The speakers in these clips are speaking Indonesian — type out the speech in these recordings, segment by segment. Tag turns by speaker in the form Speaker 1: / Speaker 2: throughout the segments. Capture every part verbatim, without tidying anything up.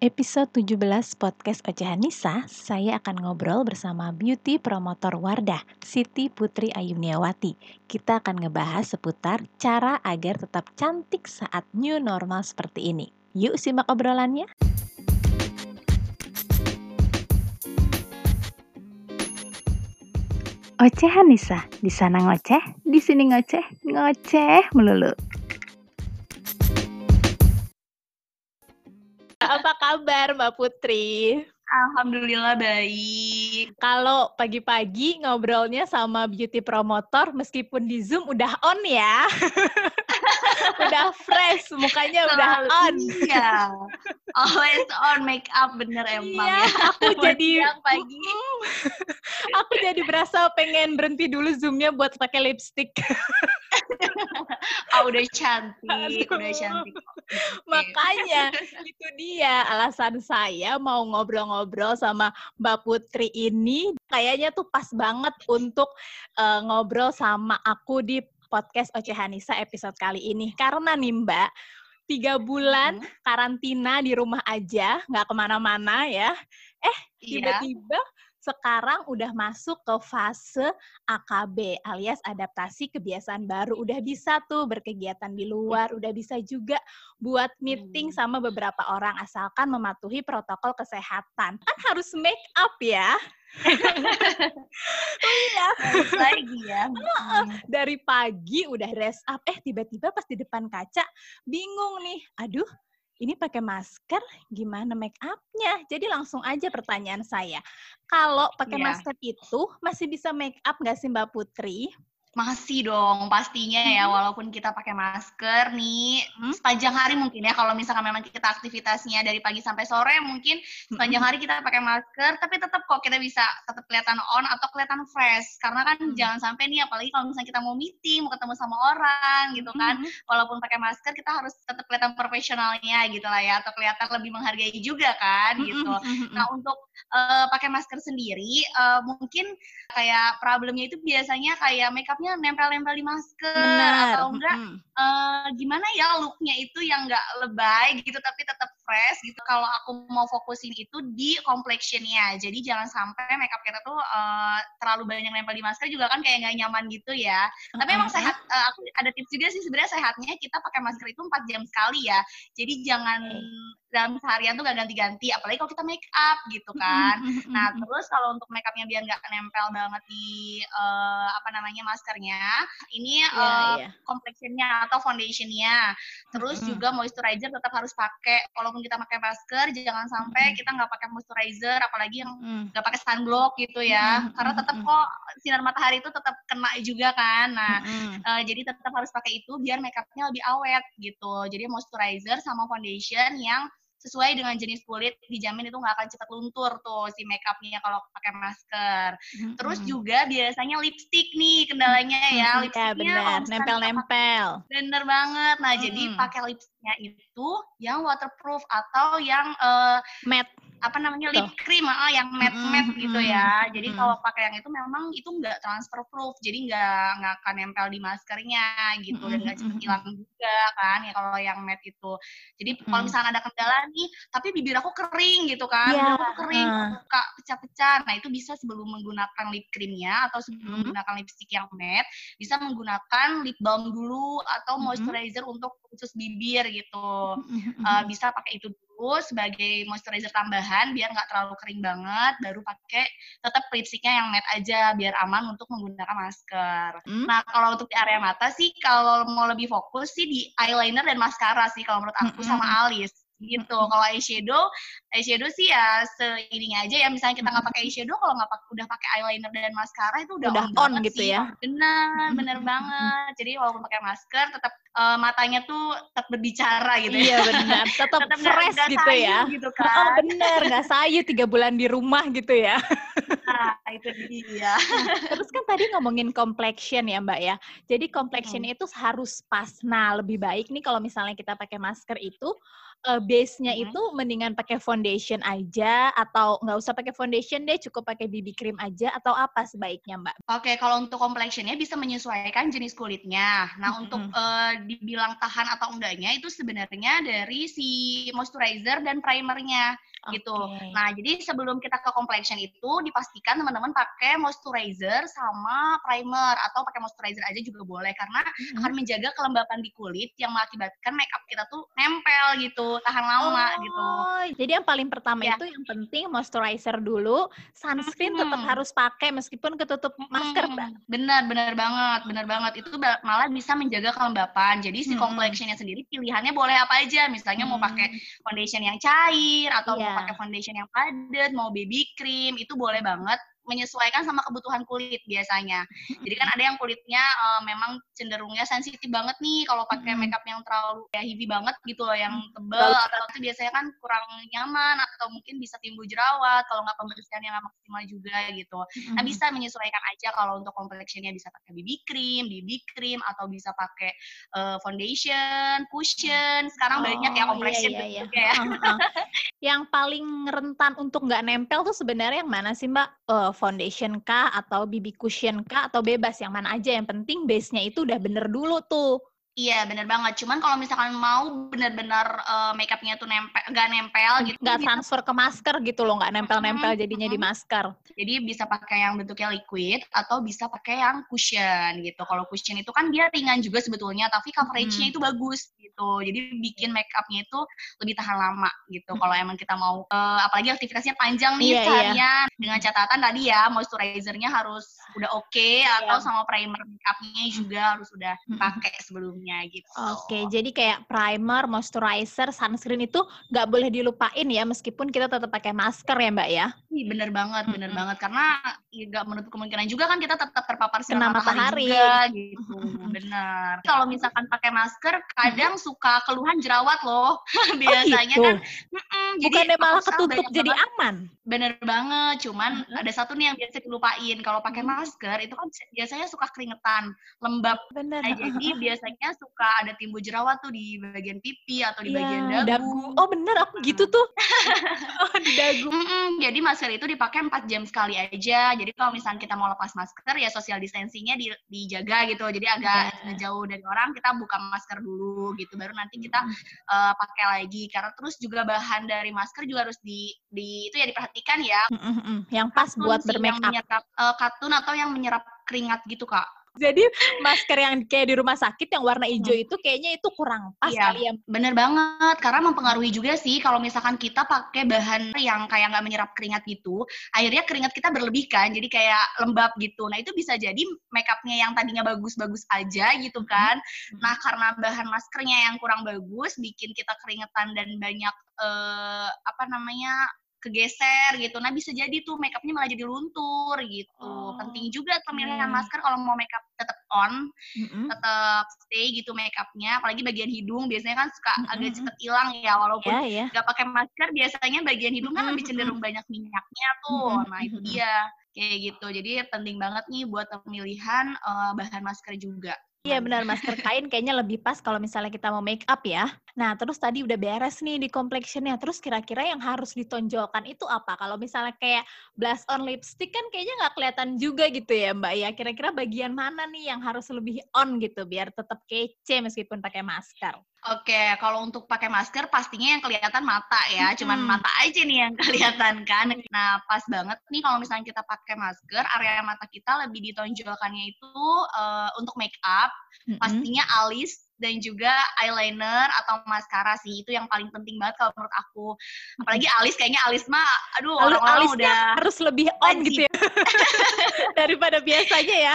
Speaker 1: Episode tujuh belas Podcast Ocehan Nisa, saya akan ngobrol bersama beauty promotor Wardah, Siti Putri Ayuniawati. Kita akan ngebahas seputar cara agar tetap cantik saat new normal seperti ini. Yuk simak obrolannya. Ocehan Nisa, di sana ngoceh, di sini ngoceh, ngoceh melulu. Apa kabar Mbak Putri?
Speaker 2: Alhamdulillah baik.
Speaker 1: Kalau pagi-pagi ngobrolnya sama beauty promotor, meskipun di Zoom udah on ya. Udah fresh, mukanya
Speaker 2: Selalu,
Speaker 1: udah on.
Speaker 2: Iya, always on make up bener emang
Speaker 1: Iya,
Speaker 2: ya.
Speaker 1: aku jadi
Speaker 2: Siang, pagi.
Speaker 1: Aku jadi berasa pengen berhenti dulu Zoom-nya buat pakai lipstick.
Speaker 2: Ah, udah cantik,
Speaker 1: Aduh.
Speaker 2: udah cantik.
Speaker 1: Makanya itu dia alasan saya mau ngobrol-ngobrol sama Mbak Putri ini. Kayaknya tuh pas banget untuk uh, ngobrol sama aku di podcast Ocehan Nisa episode kali ini. Karena nih Mbak, tiga bulan hmm. karantina di rumah aja, nggak kemana-mana ya. Eh, tiba-tiba iya. Sekarang udah masuk ke fase A K B alias adaptasi kebiasaan baru. Udah bisa tuh berkegiatan di luar, udah bisa juga buat meeting sama beberapa orang asalkan mematuhi protokol kesehatan. Kan harus make up ya. Oh iya.
Speaker 2: Lagi ya.
Speaker 1: Dari pagi udah dress up, eh tiba-tiba pas di depan kaca bingung nih. Aduh, ini pakai masker, gimana make up-nya? Jadi langsung aja pertanyaan saya. Kalau pakai yeah. masker itu masih bisa make up nggak sih Mbak Putri?
Speaker 2: Masih dong, pastinya ya, hmm. walaupun kita pakai masker nih, hmm. sepanjang hari mungkin ya, kalau misalkan memang kita aktivitasnya dari pagi sampai sore, mungkin sepanjang hari kita pakai masker, tapi tetap kok kita bisa tetap kelihatan on atau kelihatan fresh, karena kan hmm. jangan sampai nih, apalagi kalau misalnya kita mau meeting, mau ketemu sama orang, gitu kan, hmm. walaupun pakai masker, kita harus tetap kelihatan profesionalnya, gitu lah ya, atau kelihatan lebih menghargai juga kan, hmm. gitu. Hmm. Nah, untuk uh, pakai masker sendiri, uh, mungkin kayak problemnya itu biasanya kayak makeup nempel-nempel di masker.
Speaker 1: Benar.
Speaker 2: Atau enggak hmm. uh, gimana ya looknya itu yang enggak lebay gitu tapi tetap fresh gitu. Kalau aku mau fokusin itu di complexion-nya, jadi jangan sampai makeup kita tuh uh, terlalu banyak nempel di masker juga kan kayak nggak nyaman gitu ya. Tapi uh-huh. emang sehat, uh, aku ada tips juga sih sebenarnya sehatnya kita pakai masker itu empat jam sekali ya, jadi jangan okay. dalam seharian tuh gak ganti-ganti, apalagi kalau kita make up gitu kan. Nah terus kalau untuk make upnya biar nggak nempel banget di uh, apa namanya maskernya, ini yeah, uh, yeah. complexion-nya atau foundation-nya. Terus mm-hmm. juga moisturizer tetap harus pakai. Walaupun kita pakai masker, jangan sampai mm-hmm. kita nggak pakai moisturizer, apalagi yang nggak mm-hmm. pakai sunblock gitu ya. Mm-hmm. Karena tetap kok sinar matahari itu tetap kena juga kan. Nah mm-hmm. uh, jadi tetap harus pakai itu biar make up-nya lebih awet gitu. Jadi moisturizer sama foundation yang sesuai dengan jenis kulit, dijamin itu nggak akan cepat luntur tuh si make up-nya kalau pakai masker. Mm-hmm. Terus juga biasanya lipstick nih kendalanya ya,
Speaker 1: mm-hmm.
Speaker 2: lipstiknya
Speaker 1: ya, nempel-nempel.
Speaker 2: Bener banget. Nah mm-hmm. jadi pakai lipstiknya itu yang waterproof atau yang uh, matte. Apa namanya lip cream, ah, yang matte-matte mm-hmm. gitu ya. Jadi mm-hmm. kalau pakai yang itu memang itu nggak transfer proof, jadi nggak nggak akan nempel di maskernya gitu mm-hmm. dan nggak cepet hilang juga kan ya kalau yang matte itu. Jadi mm-hmm. kalau misalnya ada kendala nih, tapi bibir aku kering gitu kan,
Speaker 1: yeah.
Speaker 2: bibir aku tuh kering, uh. buka pecah-pecah. Nah itu bisa sebelum menggunakan lip creamnya atau sebelum mm-hmm. menggunakan lipstick yang matte, bisa menggunakan lip balm dulu atau moisturizer mm-hmm. untuk khusus bibir gitu. Mm-hmm. Uh, bisa pakai itu dulu sebagai moisturizer tambahan biar nggak terlalu kering banget, baru pakai tetap lipstiknya yang matte aja biar aman untuk menggunakan masker. Mm. Nah kalau untuk di area mata sih kalau mau lebih fokus sih di eyeliner dan maskara sih kalau menurut aku mm-hmm. sama alis gitu. Mm-hmm. Kalau eyeshadow, eyeshadow sih ya seininya aja ya. Misalnya kita nggak pakai eyeshadow, kalau nggak pakai udah pakai eyeliner dan maskara itu udah,
Speaker 1: udah
Speaker 2: on,
Speaker 1: on gitu
Speaker 2: sih.
Speaker 1: ya.
Speaker 2: Benar, benar mm-hmm. banget. Jadi walaupun pakai masker, tetap uh, matanya tuh tetap berbicara gitu.
Speaker 1: Iya benar, tetap, tetap fresh gak, gitu gak ya.
Speaker 2: Gitu kan.
Speaker 1: Oh benar, nggak sayu tiga bulan di rumah gitu ya.
Speaker 2: Nah, itu dia.
Speaker 1: Nah, terus kan tadi ngomongin complexion ya Mbak ya. Jadi complexion
Speaker 2: Hmm.
Speaker 1: itu harus pas. Nah, lebih baik nih kalau misalnya kita pakai masker itu, uh, base-nya
Speaker 2: Hmm.
Speaker 1: itu mendingan pakai foundation aja atau nggak usah pakai foundation deh, cukup pakai B B cream aja atau apa sebaiknya Mbak?
Speaker 2: Oke, kalau untuk complexion-nya bisa menyesuaikan jenis kulitnya. Nah,
Speaker 1: Mm-mm.
Speaker 2: untuk uh, dibilang tahan atau enggaknya itu sebenarnya dari si moisturizer dan primernya gitu.
Speaker 1: Oke.
Speaker 2: Nah, jadi sebelum kita ke complexion itu dipastikan teman-teman pakai moisturizer sama primer atau pakai moisturizer aja juga boleh karena
Speaker 1: Mm-mm.
Speaker 2: akan menjaga kelembapan di kulit yang mengakibatkan makeup kita tuh nempel gitu, tahan lama gitu.
Speaker 1: Oh, jadi yang paling pertama
Speaker 2: Ya.
Speaker 1: itu yang penting moisturizer dulu, sunscreen tetap
Speaker 2: Hmm.
Speaker 1: harus pakai meskipun ketutup masker, Mbak.
Speaker 2: Hmm, benar, benar banget, benar banget. Itu ba- malah bisa menjaga kelembapan. Jadi si
Speaker 1: Mm-mm.
Speaker 2: complexion-nya sendiri pilihannya boleh apa aja. Misalnya mau pakai
Speaker 1: Hmm.
Speaker 2: foundation yang cair atau mau
Speaker 1: Iya.
Speaker 2: pakai foundation yang padat, mau baby cream, itu boleh banget menyesuaikan sama kebutuhan kulit biasanya. Jadi kan ada yang kulitnya uh, memang cenderungnya sensitif banget nih kalau pakai
Speaker 1: Mm-mm.
Speaker 2: makeup yang terlalu ya heavy banget gitu loh, yang tebel
Speaker 1: Terlalu
Speaker 2: atau itu biasanya kan kurang nyaman atau mungkin bisa timbul jerawat kalau nggak pembersihan yang nggak maksimal juga gitu. Nah, bisa menyesuaikan aja kalau untuk complexion-nya bisa pakai B B cream, B B cream atau bisa pakai uh, foundation, cushion. Sekarang banyak ya
Speaker 1: Oh,
Speaker 2: complexion
Speaker 1: iya, iya, iya.
Speaker 2: bentuknya ya.
Speaker 1: Heeh, heeh. Yang paling rentan untuk nggak nempel tuh sebenarnya yang mana sih Mbak? Eh, foundation kah atau B B cushion kah atau bebas yang mana aja? Yang penting base-nya itu udah bener dulu tuh.
Speaker 2: Iya, bener banget. Cuman kalau misalkan mau benar-benar uh, makeup-nya tuh nempel, nggak nempel gitu,
Speaker 1: Nggak
Speaker 2: bisa
Speaker 1: transfer ke masker gitu loh, nggak nempel-nempel jadinya di masker.
Speaker 2: Jadi bisa pakai yang bentuknya liquid atau bisa pakai yang cushion gitu. Kalau cushion itu kan dia ringan juga sebetulnya, tapi coveragenya
Speaker 1: Mm-mm.
Speaker 2: itu bagus gitu. Jadi bikin make up-nya itu lebih tahan lama gitu. Kalau emang kita mau, uh, apalagi aktivitasnya panjang nih
Speaker 1: Iya, iya.
Speaker 2: seharian. Dengan catatan tadi ya, moisturizer-nya harus udah oke okay, atau
Speaker 1: Iya.
Speaker 2: sama primer make up-nya juga harus udah pakai sebelumnya gitu.
Speaker 1: Oke, jadi kayak primer, moisturizer, sunscreen itu nggak boleh dilupain ya, meskipun kita tetap pakai masker ya Mbak ya?
Speaker 2: Ih, bener banget, bener
Speaker 1: Mm-mm.
Speaker 2: banget. Karena ya, nggak menutup kemungkinan juga kan kita tetap terpapar sinar
Speaker 1: Kena
Speaker 2: matahari,
Speaker 1: matahari.
Speaker 2: juga gitu. Bener. Kalau misalkan pakai masker, kadang suka keluhan jerawat loh. Biasanya
Speaker 1: Oh gitu?
Speaker 2: kan, mm-mm, jadi
Speaker 1: Bukannya
Speaker 2: aku
Speaker 1: malah
Speaker 2: sel
Speaker 1: ketutup
Speaker 2: banyak
Speaker 1: jadi
Speaker 2: banget.
Speaker 1: aman?
Speaker 2: Bener banget, cuman
Speaker 1: Uh-huh.
Speaker 2: ada satu nih yang biasa dilupain. Kalau pakai
Speaker 1: Hmm.
Speaker 2: masker itu kan biasanya suka keringetan, lembab.
Speaker 1: Bener.
Speaker 2: Nah, jadi biasanya suka ada timbul jerawat tuh di bagian pipi atau di
Speaker 1: Iya,
Speaker 2: bagian
Speaker 1: dagu.
Speaker 2: dagu.
Speaker 1: Oh bener, aku gitu tuh. Oh, di dagu.
Speaker 2: Mm-mm, jadi masker itu dipakai empat jam sekali aja. Jadi kalau misalnya kita mau lepas masker ya social distancing-nya di, dijaga gitu. Jadi agak
Speaker 1: Yeah.
Speaker 2: ngejauh dari orang, kita buka masker dulu gitu. Baru nanti kita uh, pakai lagi. Karena terus juga bahan dari masker juga harus di, di itu ya diperhatikan ya.
Speaker 1: Yang pas
Speaker 2: Katun
Speaker 1: buat
Speaker 2: sih,
Speaker 1: bermake
Speaker 2: yang
Speaker 1: up.
Speaker 2: menyerap uh, katun atau yang menyerap keringat gitu Kak.
Speaker 1: Jadi masker yang kayak di rumah sakit yang warna hijau itu kayaknya itu kurang pas
Speaker 2: Iya,
Speaker 1: kali ya.
Speaker 2: bener banget. Karena mempengaruhi juga sih kalau misalkan kita pakai bahan yang kayak nggak menyerap keringat gitu, akhirnya keringat kita berlebih kan, jadi kayak lembab gitu. Nah itu bisa jadi makeupnya yang tadinya bagus-bagus aja gitu kan. Nah karena bahan maskernya yang kurang bagus, bikin kita keringetan dan banyak eh, apa namanya kegeser gitu. Nah bisa jadi tuh makeupnya malah jadi luntur gitu.
Speaker 1: Oh,
Speaker 2: Penting juga pemilihan
Speaker 1: okay.
Speaker 2: masker kalau mau makeup tetap on,
Speaker 1: Mm-mm.
Speaker 2: tetap stay gitu makeupnya. Apalagi bagian hidung biasanya kan suka
Speaker 1: Mm-mm.
Speaker 2: agak cepet hilang ya, walaupun
Speaker 1: yeah, yeah.
Speaker 2: nggak pakai masker biasanya bagian hidung kan lebih cenderung banyak minyaknya tuh. Nah itu dia kayak gitu. Jadi penting banget nih buat pemilihan uh, bahan masker juga.
Speaker 1: Iya benar, masker kain kayaknya lebih pas kalau misalnya kita mau make up ya. Nah, terus tadi udah beres nih di complexion-nya. Terus kira-kira yang harus ditonjolkan itu apa? Kalau misalnya kayak blush on lipstick kan kayaknya nggak kelihatan juga gitu ya Mbak ya. Kira-kira bagian mana nih yang harus lebih on gitu biar tetap kece meskipun pakai masker?
Speaker 2: Oke, kalau untuk pakai masker pastinya yang kelihatan mata ya, cuman
Speaker 1: Hmm.
Speaker 2: mata aja nih yang kelihatan kan. Nah, pas banget nih kalau misalnya kita pakai masker, area mata kita lebih ditonjolkannya itu uh, untuk make up, mm-hmm. pastinya alis dan juga eyeliner atau maskara sih, itu yang paling penting banget kalau menurut aku. Apalagi alis, kayaknya alis mah, aduh orang-orang udah
Speaker 1: harus lebih on gitu ya daripada biasanya ya.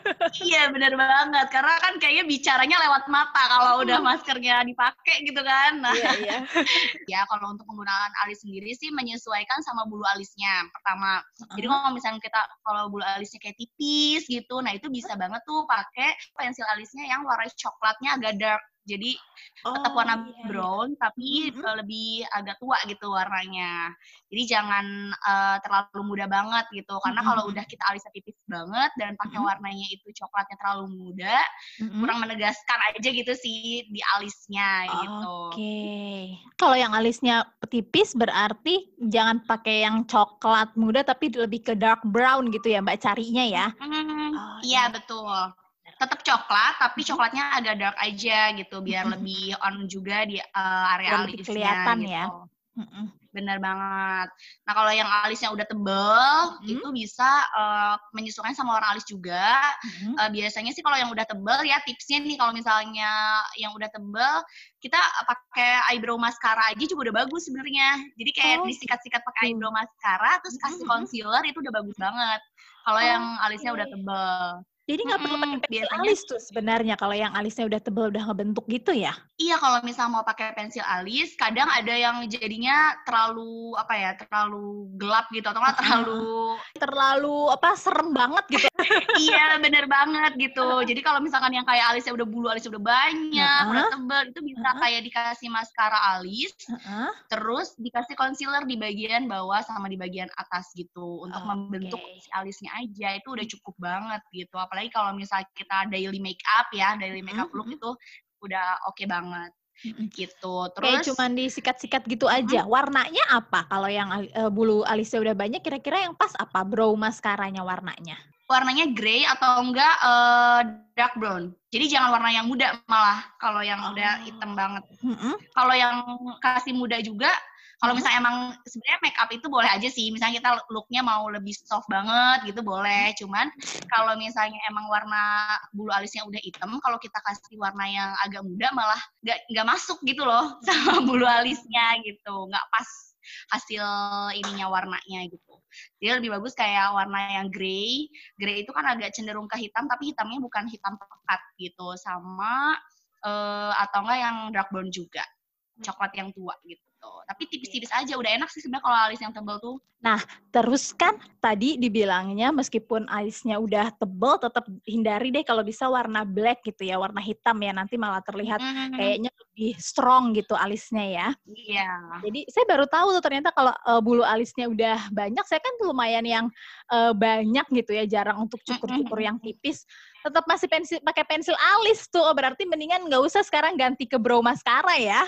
Speaker 2: Iya benar banget, karena kan kayaknya bicaranya lewat mata kalau udah maskernya dipakai gitu kan. Nah,
Speaker 1: iya, iya.
Speaker 2: Ya kalau untuk penggunaan alis sendiri sih menyesuaikan sama bulu alisnya pertama. Uh-huh. Jadi kalau misalnya kita kalau bulu alisnya kayak tipis gitu, nah itu bisa banget tuh pakai pensil alisnya yang warna coklatnya agak dark Jadi tetap
Speaker 1: Oh,
Speaker 2: warna
Speaker 1: iya iya.
Speaker 2: brown tapi
Speaker 1: Mhm.
Speaker 2: uh, lebih agak tua gitu warnanya. Jadi jangan uh, terlalu muda banget gitu. Karena
Speaker 1: Mhm
Speaker 2: kalau
Speaker 1: mhm.
Speaker 2: udah kita alisnya tipis banget dan pakai
Speaker 1: Mhm.
Speaker 2: warnanya itu coklatnya terlalu muda,
Speaker 1: Mhm.
Speaker 2: kurang menegaskan aja gitu sih di alisnya gitu.
Speaker 1: Oke. Kalau yang alisnya tipis berarti jangan pakai yang coklat muda tapi lebih ke dark brown gitu ya Mbak carinya ya?
Speaker 2: Mhm,
Speaker 1: Oh
Speaker 2: iya
Speaker 1: iya,
Speaker 2: betul.
Speaker 1: bener.
Speaker 2: Tetap coklat, tapi
Speaker 1: Mhm.
Speaker 2: coklatnya agak dark aja gitu, biar
Speaker 1: Mhm mhm.
Speaker 2: lebih on juga di, eee, area
Speaker 1: Biar lebih
Speaker 2: alisnya
Speaker 1: kelihatan ya?
Speaker 2: gitu.
Speaker 1: Mhm.
Speaker 2: Bener banget. Nah, kalau yang alisnya udah tebel,
Speaker 1: Mhm.
Speaker 2: itu bisa, eee, menyesuaikan sama warna alis juga.
Speaker 1: Mhm.
Speaker 2: Eee, biasanya sih kalau yang udah tebel ya tipsnya nih kalau misalnya yang udah tebel, kita pakai eyebrow mascara aja juga udah bagus sebenarnya. Jadi kayak
Speaker 1: Oh
Speaker 2: disikat-sikat pakai
Speaker 1: gitu.
Speaker 2: eyebrow mascara, terus
Speaker 1: Mhm
Speaker 2: kasih
Speaker 1: mhm.
Speaker 2: concealer itu udah bagus banget, kalau yang alisnya udah
Speaker 1: Oke.
Speaker 2: tebel.
Speaker 1: Jadi nggak perlu pakai
Speaker 2: Mhm,
Speaker 1: pensil
Speaker 2: biasanya
Speaker 1: alis tuh sebenarnya kalau yang alisnya udah tebel, udah ngebentuk gitu ya?
Speaker 2: Iya, kalau misal mau pakai pensil alis, kadang ada yang jadinya terlalu, apa ya, terlalu gelap gitu, atau enggak
Speaker 1: Heeh heeh.
Speaker 2: terlalu
Speaker 1: Terlalu apa, serem banget gitu.
Speaker 2: iya, bener banget gitu. Jadi kalau misalkan yang kayak alisnya udah bulu alisnya udah banyak, udah
Speaker 1: Heeh.
Speaker 2: tebel, itu bisa
Speaker 1: Heeh.
Speaker 2: kayak dikasih maskara alis,
Speaker 1: Heeh.
Speaker 2: terus dikasih concealer di bagian bawah sama di bagian atas gitu, untuk
Speaker 1: Oke.
Speaker 2: membentuk si alisnya aja, itu udah
Speaker 1: Mhm.
Speaker 2: cukup banget gitu. Apalagi kalau misalnya kita daily makeup ya, daily
Speaker 1: Mhm
Speaker 2: makeup look
Speaker 1: mhm.
Speaker 2: itu udah oke banget,
Speaker 1: Mhm.
Speaker 2: gitu.
Speaker 1: Kayak
Speaker 2: Terus
Speaker 1: cuman disikat-sikat gitu
Speaker 2: mhm?
Speaker 1: aja? Warnanya apa kalau yang al eee, bulu alisnya udah banyak kira-kira yang pas apa brow maskaranya warnanya?
Speaker 2: Warnanya grey atau enggak, eee, dark brown. Jadi jangan warna yang muda malah, kalau yang udah
Speaker 1: Oh.
Speaker 2: item banget.
Speaker 1: Mhm.
Speaker 2: Kalau yang kasih muda juga, kalau
Speaker 1: Mhm.
Speaker 2: misalnya emang sebenarnya makeup itu boleh aja sih, misalnya kita look-nya mau lebih soft banget gitu
Speaker 1: Mhm.
Speaker 2: boleh, cuman kalau misalnya emang warna bulu alisnya udah item, kalau kita kasih warna yang agak muda malah nggak nggak masuk gitu loh
Speaker 1: Mhm
Speaker 2: sama
Speaker 1: mhm.
Speaker 2: bulu alisnya gitu, nggak pas hasil ininya warnanya gitu. Jadi lebih bagus kayak warna yang grey, grey itu kan agak cenderung ke hitam, tapi hitamnya bukan hitam pekat gitu, sama, eee, atau enggak yang dark brown juga, coklat yang tua gitu. Tapi
Speaker 1: Oke.
Speaker 2: tipis-tipis aja udah enak sih sebenarnya kalau alis yang tebel tuh.
Speaker 1: Nah, terus kan tadi dibilangnya meskipun alisnya udah tebel, tetap hindari deh kalau bisa warna black gitu ya, warna hitam ya, nanti malah terlihat
Speaker 2: Mhm,
Speaker 1: kayaknya lebih strong gitu alisnya ya.
Speaker 2: iya.
Speaker 1: Jadi saya baru tahu tuh ternyata kalau, eee, bulu alisnya udah banyak, saya kan lumayan yang, eee, banyak gitu ya, jarang untuk
Speaker 2: Mhm
Speaker 1: cukur-cukur yang
Speaker 2: mhm.
Speaker 1: tipis, tetap masih pensil pakai pensil alis tuh, oh berarti mendingan nggak usah sekarang ganti ke brow mascara ya?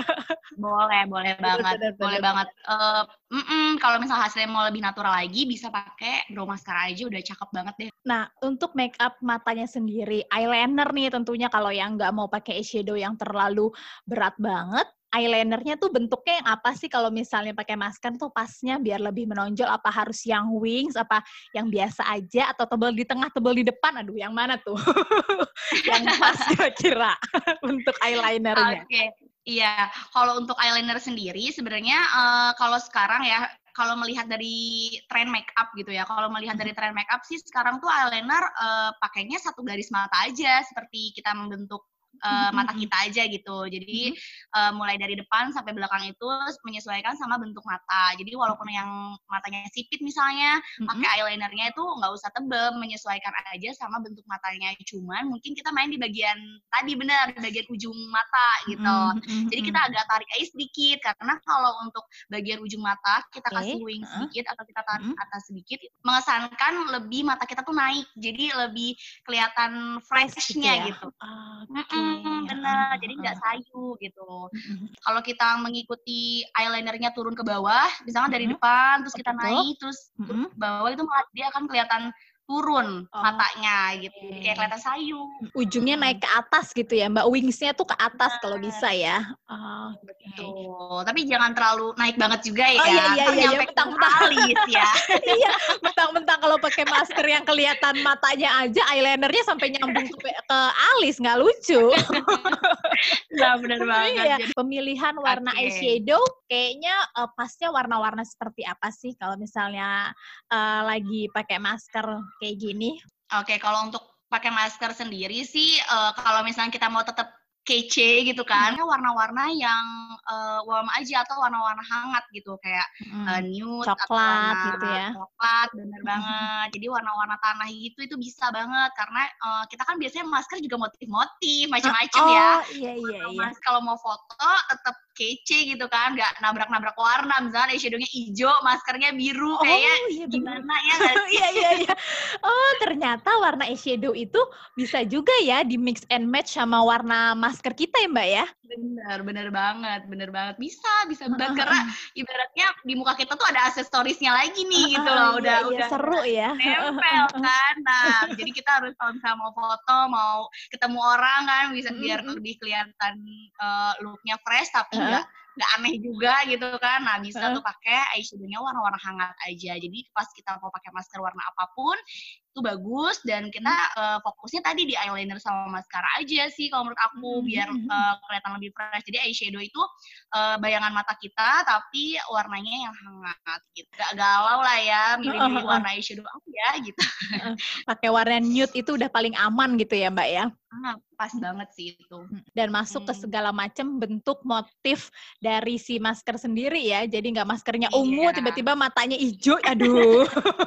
Speaker 2: Boleh boleh
Speaker 1: Bener
Speaker 2: banget
Speaker 1: bener
Speaker 2: boleh
Speaker 1: bener
Speaker 2: banget,
Speaker 1: bener.
Speaker 2: eee mhm, kalau misal hasilnya mau lebih natural lagi bisa pakai brow mascara aja udah cakep banget deh.
Speaker 1: Nah, untuk make up matanya sendiri, eyeliner nih tentunya kalau yang nggak mau pakai eyeshadow yang terlalu berat banget, eyelinernya tuh bentuknya yang apa sih kalau misalnya pakai masker tuh pasnya biar lebih menonjol? Apa harus yang wings, apa yang biasa aja, atau tebal di tengah, tebal di depan? Aduh, yang mana tuh yang pas kira-kira untuk eyelinernya?
Speaker 2: Oke, iya. Kalau untuk eyeliner sendiri sebenarnya, eee, kalau sekarang ya, kalau melihat dari tren makeup gitu ya, kalau melihat
Speaker 1: Mhm
Speaker 2: dari tren makeup sih sekarang tuh eyeliner, eee, pakainya satu garis mata aja, seperti kita membentuk,
Speaker 1: mhm
Speaker 2: eee, mata
Speaker 1: mhm
Speaker 2: kita aja gitu. Jadi,
Speaker 1: mhm
Speaker 2: eee, mulai dari depan sampai belakang itu menyesuaikan sama bentuk mata. Jadi walaupun
Speaker 1: mhm
Speaker 2: yang matanya sipit misalnya,
Speaker 1: mhm.
Speaker 2: pakai eyelinernya itu nggak usah tebel, menyesuaikan aja sama bentuk matanya. Cuman mungkin kita main di bagian tadi benar, di bagian ujung mata gitu.
Speaker 1: Mhm mhm
Speaker 2: Jadi kita
Speaker 1: mhm.
Speaker 2: agak tarik aja sedikit, karena kalau untuk bagian ujung mata kita
Speaker 1: Oke,
Speaker 2: kasih wing
Speaker 1: heeh,
Speaker 2: sedikit atau kita tarik
Speaker 1: mhm.
Speaker 2: atas sedikit, mengesankan lebih mata kita tuh naik, jadi lebih kelihatan
Speaker 1: Fresh gitu
Speaker 2: fresh-nya
Speaker 1: ya?
Speaker 2: gitu.
Speaker 1: Oke,
Speaker 2: Mhm,
Speaker 1: heeh
Speaker 2: bener,
Speaker 1: heeh
Speaker 2: jadi nggak
Speaker 1: heeh.
Speaker 2: sayu gitu.
Speaker 1: Mhm
Speaker 2: Kalau kita mengikuti eyelinernya turun ke bawah, misalkan dari
Speaker 1: mhm.
Speaker 2: depan, terus
Speaker 1: Oh
Speaker 2: kita
Speaker 1: gitu?
Speaker 2: naik, terus turun
Speaker 1: Mhm.
Speaker 2: ke bawah itu malah dia akan kelihatan turun matanya gitu, jadi kayak
Speaker 1: Oke.
Speaker 2: kelihatan sayu.
Speaker 1: Ujungnya
Speaker 2: Mhm,
Speaker 1: naik ke atas gitu ya, Mbak, wings-nya tuh ke atas kalau
Speaker 2: bener.
Speaker 1: bisa ya? Oke.
Speaker 2: Betul, tapi jangan terlalu naik banget juga
Speaker 1: Oh, iya
Speaker 2: ya,
Speaker 1: iya
Speaker 2: entar
Speaker 1: iya iya,
Speaker 2: nyampe ke
Speaker 1: mentang-mentang
Speaker 2: alis ya.
Speaker 1: iya, mentang-mentang kalau pakai masker yang kelihatan matanya aja, eyelinernya sampai nyambung ke pe ke alis, nggak lucu.
Speaker 2: Iya, bener banget.
Speaker 1: Iya.
Speaker 2: Jadi
Speaker 1: Pemilihan warna
Speaker 2: oke.
Speaker 1: eyeshadow kayaknya, eee, pasnya warna-warna seperti apa sih kalau misalnya, eee, lagi pakai masker kayak gini?
Speaker 2: Oke, kalau untuk pakai masker sendiri sih, eee, kalau misalnya kita mau tetap kece gitu kan, warna-warna yang uh, warm aja atau warna-warna hangat gitu kayak
Speaker 1: Hmm.
Speaker 2: uh, nude
Speaker 1: Coklat
Speaker 2: atau warna
Speaker 1: gitu ya.
Speaker 2: coklat, bener banget. Jadi warna-warna tanah itu itu bisa banget karena uh, kita kan biasanya masker juga motif-motif macam-macam
Speaker 1: oh,
Speaker 2: ya.
Speaker 1: iya iya
Speaker 2: Kalau
Speaker 1: iya.
Speaker 2: mas kalau mau foto tetap kece gitu kan, nggak nabrak-nabrak warna. Misalnya eyeshadow-nya hijau, maskernya biru,
Speaker 1: Oh,
Speaker 2: kayaknya
Speaker 1: iya
Speaker 2: gimana ya nggak sih?
Speaker 1: Iya iya iya. Oh, ternyata warna eyeshadow itu bisa juga ya di mix and match sama warna masker kita ya, Mbak ya?
Speaker 2: Bener, bener banget, bener banget. Bisa, bisa banget karena ibaratnya di muka kita tuh ada aksesorisnya lagi nih gitu loh. Udah,
Speaker 1: iya, iya,
Speaker 2: udah
Speaker 1: seru ya.
Speaker 2: nempel kan. Nah, jadi kita harus kalau misalnya mau foto, mau ketemu orang kan bisa biar lebih kelihatan uh, look-nya fresh tapi enggak nggak aneh juga gitu kan. Nah, bisa tuh pakai eyeshadow-nya warna-warna hangat aja. Jadi pas kita mau pakai masker warna apapun itu bagus dan kita uh, fokusnya tadi di eyeliner sama mascara aja sih kalau menurut aku biar uh, kelihatan lebih fresh. Jadi eyeshadow itu uh, bayangan mata kita tapi warnanya yang hangat gitu. Gak galau lah ya milih-milih warna eyeshadow aku ya gitu.
Speaker 1: Pakai warna nude itu udah paling aman gitu ya, Mbak ya?
Speaker 2: Ah, pas banget sih itu.
Speaker 1: Dan masuk hmm. ke segala macam bentuk motif dari si masker sendiri ya. Jadi nggak maskernya ungu, iya. tiba-tiba matanya hijau. Aduh.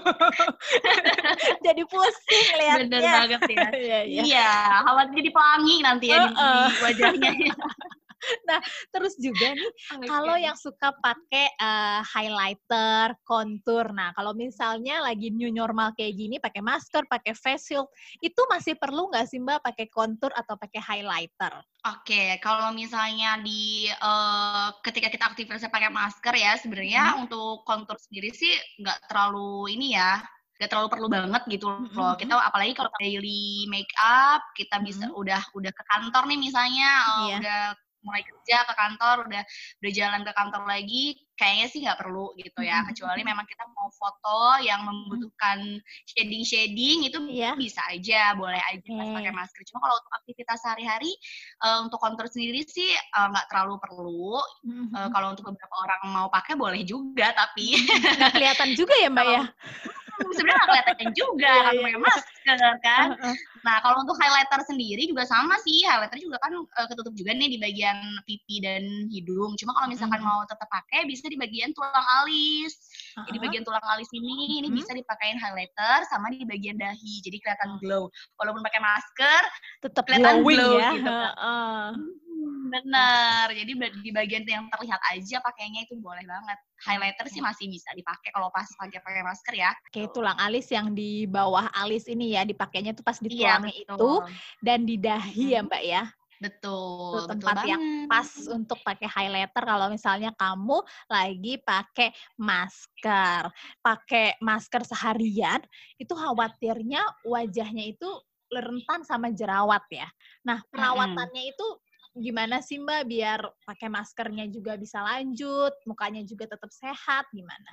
Speaker 1: Jadi pusing lihatnya.
Speaker 2: Bener banget ya. Iya, iya. Iya, khawatir jadi pelangi nanti ya uh -uh. di wajahnya.
Speaker 1: Nah, terus juga nih, okay. kalau yang suka pakai uh, highlighter, kontur. Nah, kalau misalnya lagi new normal kayak gini, pakai masker, pakai face shield, itu masih perlu nggak sih Mbak pakai kontur atau pakai highlighter?
Speaker 2: Oke, okay. Kalau misalnya di uh, ketika kita aktivitasnya pakai masker ya, sebenarnya hmm. untuk kontur sendiri sih nggak terlalu ini ya. Gak terlalu perlu banget gitu loh. Mm-hmm. Kita apalagi kalau daily make up, kita bisa mm-hmm. udah udah ke kantor nih misalnya, uh, yeah. udah mulai kerja ke kantor, udah udah jalan ke kantor lagi, kayaknya sih nggak perlu gitu ya. Mm-hmm. Kecuali memang kita mau foto yang membutuhkan shading-shading itu yeah. bisa aja, boleh aja okay. pas pakai masker. Cuma kalau untuk aktivitas sehari-hari, uh, untuk kontur sendiri sih uh, nggak terlalu perlu. Mm-hmm. Uh, kalau untuk beberapa orang mau pakai boleh juga, tapi
Speaker 1: nggak kelihatan juga ya Mbak ya.
Speaker 2: Sebenarnya nggak kelihatan juga kan pakai masker kan. Nah kalau untuk highlighter sendiri juga sama sih, highlighter juga kan uh, ketutup juga nih di bagian pipi dan hidung. Cuma kalau misalkan mm-hmm. mau tetap pakai bisa di bagian tulang alis. Uh-huh. Jadi bagian tulang alis ini ini mm-hmm. bisa dipakein highlighter sama di bagian dahi. Jadi kelihatan glow. Walaupun pakai masker
Speaker 1: tetap
Speaker 2: kelihatan glow
Speaker 1: ya.
Speaker 2: gitu kan. Uh-uh. Benar, jadi di bagian yang terlihat aja pakainya itu boleh banget. Highlighter sih masih bisa dipakai kalau pas pakai pakai masker ya.
Speaker 1: Oke, tulang alis yang di bawah alis ini ya, dipakainya tuh pas di tulangnya iya, itu dan di dahi ya Mbak ya.
Speaker 2: Betul,
Speaker 1: itu tempat
Speaker 2: betul
Speaker 1: yang
Speaker 2: banget.
Speaker 1: pas untuk pakai highlighter kalau misalnya kamu lagi pakai masker. Pakai masker seharian, itu khawatirnya wajahnya itu rentan sama jerawat ya. Nah, perawatannya mm-hmm. itu gimana sih Mbak biar pakai maskernya juga bisa lanjut, mukanya juga tetap sehat, gimana?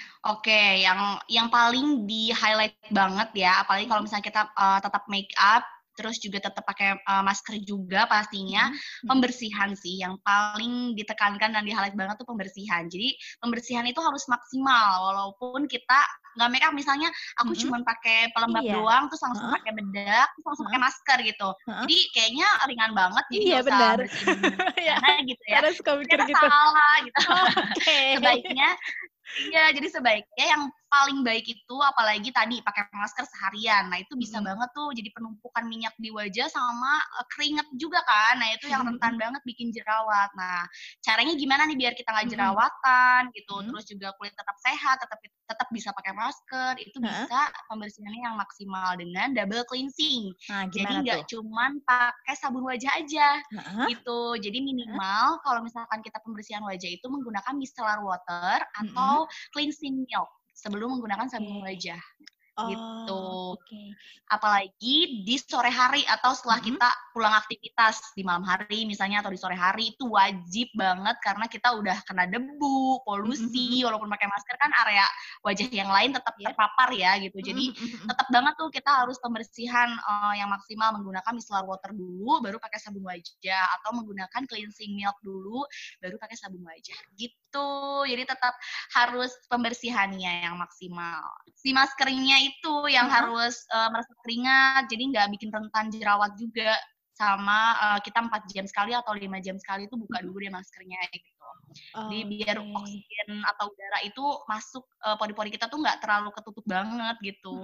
Speaker 2: Oke, yang yang paling di highlight banget ya, apalagi kalau misalnya kita uh, tetap make up, terus juga tetap pakai uh, masker juga pastinya, hmm. pembersihan sih yang paling ditekankan dan di-highlight banget tuh pembersihan. Jadi pembersihan itu harus maksimal walaupun kita nggak make up, misalnya aku mm-hmm. cuma pakai pelembab iya. doang, terus langsung uh-huh. pakai bedak, terus langsung uh-huh. pakai masker gitu. Uh-huh. Jadi kayaknya ringan banget, jadi
Speaker 1: iya,
Speaker 2: nggak usah bersihin mana gitu ya.
Speaker 1: Karena suka mikir gitu.
Speaker 2: Salah gitu.
Speaker 1: Okay.
Speaker 2: Sebaiknya, iya jadi sebaiknya yang paling baik itu apalagi tadi pakai masker seharian. Nah itu bisa hmm. banget tuh jadi penumpukan minyak di wajah sama uh, keringat juga kan. Nah itu yang rentan hmm. banget bikin jerawat. Nah caranya gimana nih biar kita nggak jerawatan gitu. Hmm. Terus juga kulit tetap sehat, tetap tetap bisa pakai masker. Itu huh? bisa pembersihannya yang maksimal dengan double cleansing. Nah, jadi nggak cuman pakai sabun wajah aja huh? gitu. Jadi minimal huh? kalau misalkan kita pembersihan wajah itu menggunakan micellar water atau hmm. cleansing milk sebelum menggunakan sabun wajah.
Speaker 1: Oh,
Speaker 2: gitu.
Speaker 1: Okay.
Speaker 2: Apalagi di sore hari atau setelah mm-hmm. kita pulang aktivitas di malam hari misalnya atau di sore hari itu wajib banget karena kita udah kena debu, polusi, mm-hmm. walaupun pakai masker kan area wajah yang lain tetap yeah. terpapar ya gitu. Jadi mm-hmm. tetap banget tuh kita harus pembersihan uh, yang maksimal menggunakan micellar water dulu baru pakai sabun wajah atau menggunakan cleansing milk dulu baru pakai sabun wajah. Gitu. Jadi tetap harus pembersihannya yang maksimal. Si maskernya itu yang uh-huh. harus uh, merasa keringat, jadi nggak bikin rentan jerawat juga sama uh, kita empat jam sekali atau lima jam sekali itu buka dulu deh maskernya gitu. Jadi
Speaker 1: Okay.
Speaker 2: biar oksigen atau udara itu masuk uh, pori-pori kita tuh nggak terlalu ketutup banget gitu.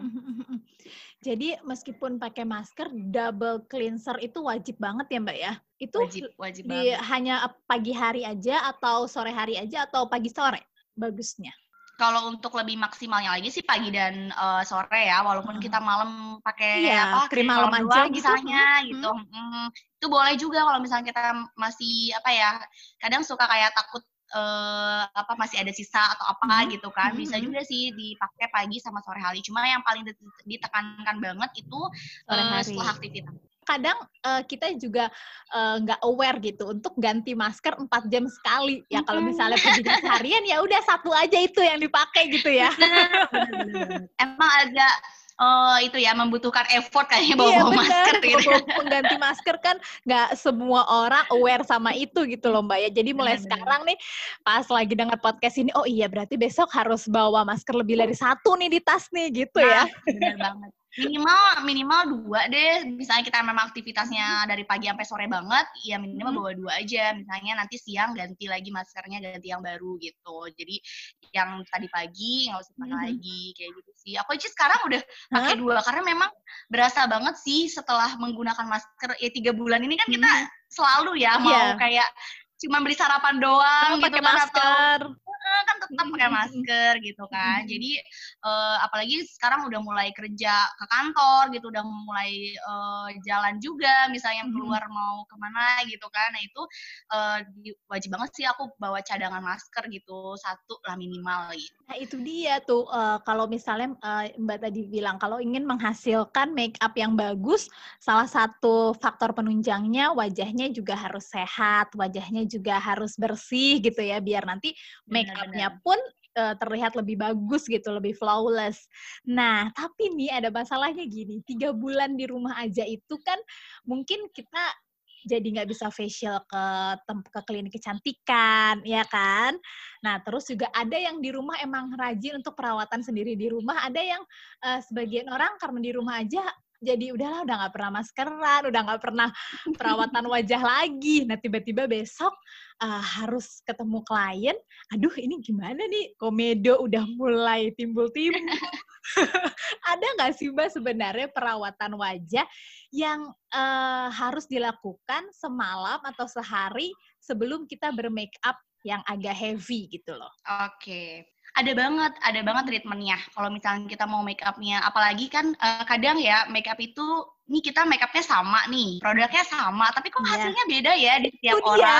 Speaker 1: Jadi meskipun pakai masker, double cleanser itu wajib banget ya Mbak ya? Itu
Speaker 2: Wajib, wajib
Speaker 1: di
Speaker 2: banget.
Speaker 1: hanya pagi hari aja atau sore hari aja atau pagi sore bagusnya?
Speaker 2: Kalau untuk lebih maksimalnya lagi sih pagi dan uh, sore ya, walaupun
Speaker 1: Hmm.
Speaker 2: kita malam pakai
Speaker 1: Iya,
Speaker 2: apa
Speaker 1: krim
Speaker 2: malam
Speaker 1: malam aja
Speaker 2: doang
Speaker 1: gitu.
Speaker 2: misalnya
Speaker 1: Hmm.
Speaker 2: gitu. Hmm. Itu boleh juga kalau misalnya kita masih apa ya, kadang suka kayak takut uh, apa masih ada sisa atau apa
Speaker 1: Hmm.
Speaker 2: gitu kan.
Speaker 1: Hmm.
Speaker 2: Bisa juga sih dipakai pagi sama sore hari. Cuma yang paling ditekankan banget itu
Speaker 1: Sore
Speaker 2: uh,
Speaker 1: hari.
Speaker 2: setelah aktivitas.
Speaker 1: Kadang uh, kita juga nggak uh, aware gitu untuk ganti masker empat jam sekali. Ya kalau misalnya pergi seharian ya udah satu aja itu yang dipakai gitu ya.
Speaker 2: Bener-bener. Emang agak uh, itu ya membutuhkan effort kayaknya bawa,
Speaker 1: iya,
Speaker 2: -bawa masker gitu.
Speaker 1: Bawa pengganti masker kan nggak semua orang aware sama itu gitu loh Mbak ya. Jadi mulai bener, sekarang bener. nih pas lagi dengar podcast ini, oh iya berarti besok harus bawa masker lebih dari satu nih di tas nih gitu
Speaker 2: nah,
Speaker 1: ya.
Speaker 2: Bener banget. Minimal minimal dua deh. Misalnya kita memang aktivitasnya dari pagi sampai sore banget, ya minimal hmm. bawa dua aja. Misalnya nanti siang ganti lagi maskernya, ganti yang baru gitu. Jadi yang tadi pagi nggak usah pakai hmm. lagi kayak gitu sih. Aku aja sekarang udah pakai huh? dua karena memang berasa banget sih setelah menggunakan masker ya tiga bulan ini kan kita hmm. selalu ya mau yeah. kayak cuma beli sarapan doang
Speaker 1: oh,
Speaker 2: gitu
Speaker 1: pakai
Speaker 2: kan
Speaker 1: masker.
Speaker 2: Atau kan tetap pakai masker gitu kan. Jadi uh, apalagi sekarang udah mulai kerja ke kantor gitu, udah mulai uh, jalan juga misalnya keluar mau kemana gitu kan. Nah itu uh, wajib banget sih aku bawa cadangan masker gitu, satu lah minimal gitu.
Speaker 1: Nah itu dia tuh uh, kalau misalnya uh, Mbak tadi bilang kalau ingin menghasilkan make up yang bagus, salah satu faktor penunjangnya wajahnya juga harus sehat, wajahnya juga harus bersih gitu ya, biar nanti make up-nya pun uh, terlihat lebih bagus gitu, lebih flawless. Nah, tapi nih ada masalahnya gini, tiga bulan di rumah aja itu kan mungkin kita jadi nggak bisa facial ke ke klinik kecantikan, ya kan? Nah, terus juga ada yang di rumah emang rajin untuk perawatan sendiri di rumah, ada yang uh, sebagian orang karena di rumah aja jadi udahlah udah nggak pernah maskeran, udah nggak pernah perawatan wajah lagi. Nah tiba-tiba besok uh, harus ketemu klien, aduh ini gimana nih, komedo udah mulai timbul-timbul. Ada nggak sih Mbak sebenarnya perawatan wajah yang uh, harus dilakukan semalam atau sehari sebelum kita bermake up yang agak heavy gitu loh?
Speaker 2: Oke. Okay. Ada banget, ada banget treatmentnya. Kalau misalnya kita mau make up-nya, apalagi kan uh, kadang ya make up itu, nih kita make up-nya sama nih, produknya sama, tapi kok hasilnya yeah. beda ya di setiap
Speaker 1: itu
Speaker 2: orang.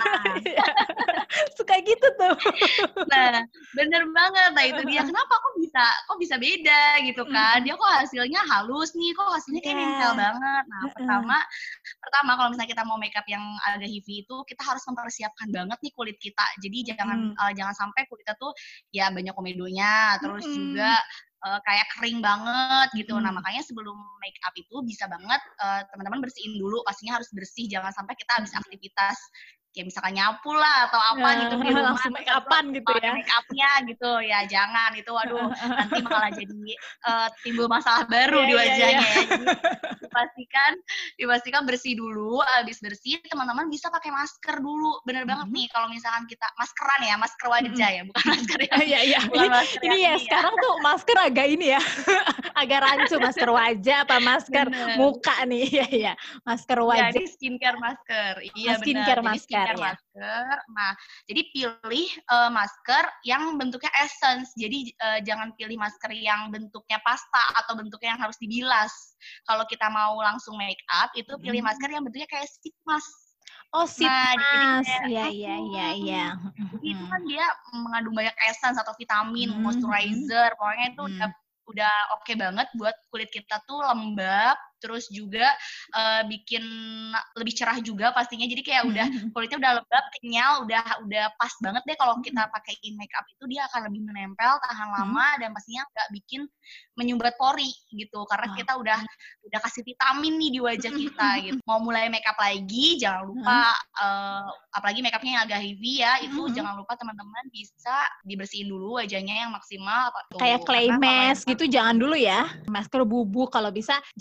Speaker 1: Nah. Suka gitu tuh.
Speaker 2: Nah, bener banget. Nah itu dia. Kenapa kok bisa, kok bisa beda gitu kan? Dia kok hasilnya halus nih, kok hasilnya kayak yeah. nempel banget. Nah pertama, pertama kalau misalnya kita mau make up yang agak heavy itu, kita harus mempersiapkan banget nih kulit kita. Jadi jangan hmm. uh, jangan sampai kulitnya tuh ya banyak komedonya, terus hmm. juga uh, kayak kering banget gitu. Hmm. Nah makanya sebelum make up itu bisa banget uh, teman-teman bersihin dulu. Pastinya harus bersih, jangan sampai kita habis aktivitas kayak misalkan nyapu lah atau apa gitu di rumah
Speaker 1: langsung make upan gitu ya,
Speaker 2: make upnya gitu ya, jangan itu waduh nanti malah jadi uh, timbul masalah baru yeah, di wajahnya yeah, yeah. ya. Jadi dipastikan dipastikan bersih dulu. Habis bersih teman-teman bisa pakai masker dulu, bener mm-hmm. banget nih kalau misalkan kita maskeran ya, masker wajah mm-hmm. ya, bukan masker yang
Speaker 1: iya iya ini, ini ya sekarang tuh masker agak ini ya agak rancu, masker wajah apa masker bener. Muka nih ya ya masker wajah.
Speaker 2: Jadi skincare masker, iya
Speaker 1: oh, skincare
Speaker 2: benar.
Speaker 1: Masker.
Speaker 2: Skincare ya. masker. Nah, jadi pilih uh, masker yang bentuknya essence. Jadi uh, jangan pilih masker yang bentuknya pasta atau bentuknya yang harus dibilas. Kalau kita mau langsung make up, itu pilih hmm. masker yang bentuknya kayak sheet mask.
Speaker 1: Oh, sheet
Speaker 2: nah,
Speaker 1: mask. Iya, iya, iya, iya.
Speaker 2: Jadi itu kan dia mengandung banyak essence atau vitamin, hmm. moisturizer. Pokoknya itu hmm. udah udah oke okay banget buat kulit kita tuh lembab, terus juga uh, bikin lebih cerah juga pastinya. Jadi kayak udah kulitnya udah lembab, kenyal, udah udah pas banget deh kalau kita pakaiin make up itu, dia akan lebih menempel, tahan lama, dan pastinya nggak bikin menyumbat pori gitu. Karena kita udah udah kasih vitamin nih di wajah kita gitu. Mau mulai make up lagi, jangan lupa uh, apalagi make upnya yang agak heavy ya, itu jangan lupa teman-teman bisa dibersihin dulu wajahnya yang maksimal.
Speaker 1: Kayak clay mask gitu jangan dulu ya. Masker bubuk kalau bisa jangan dulu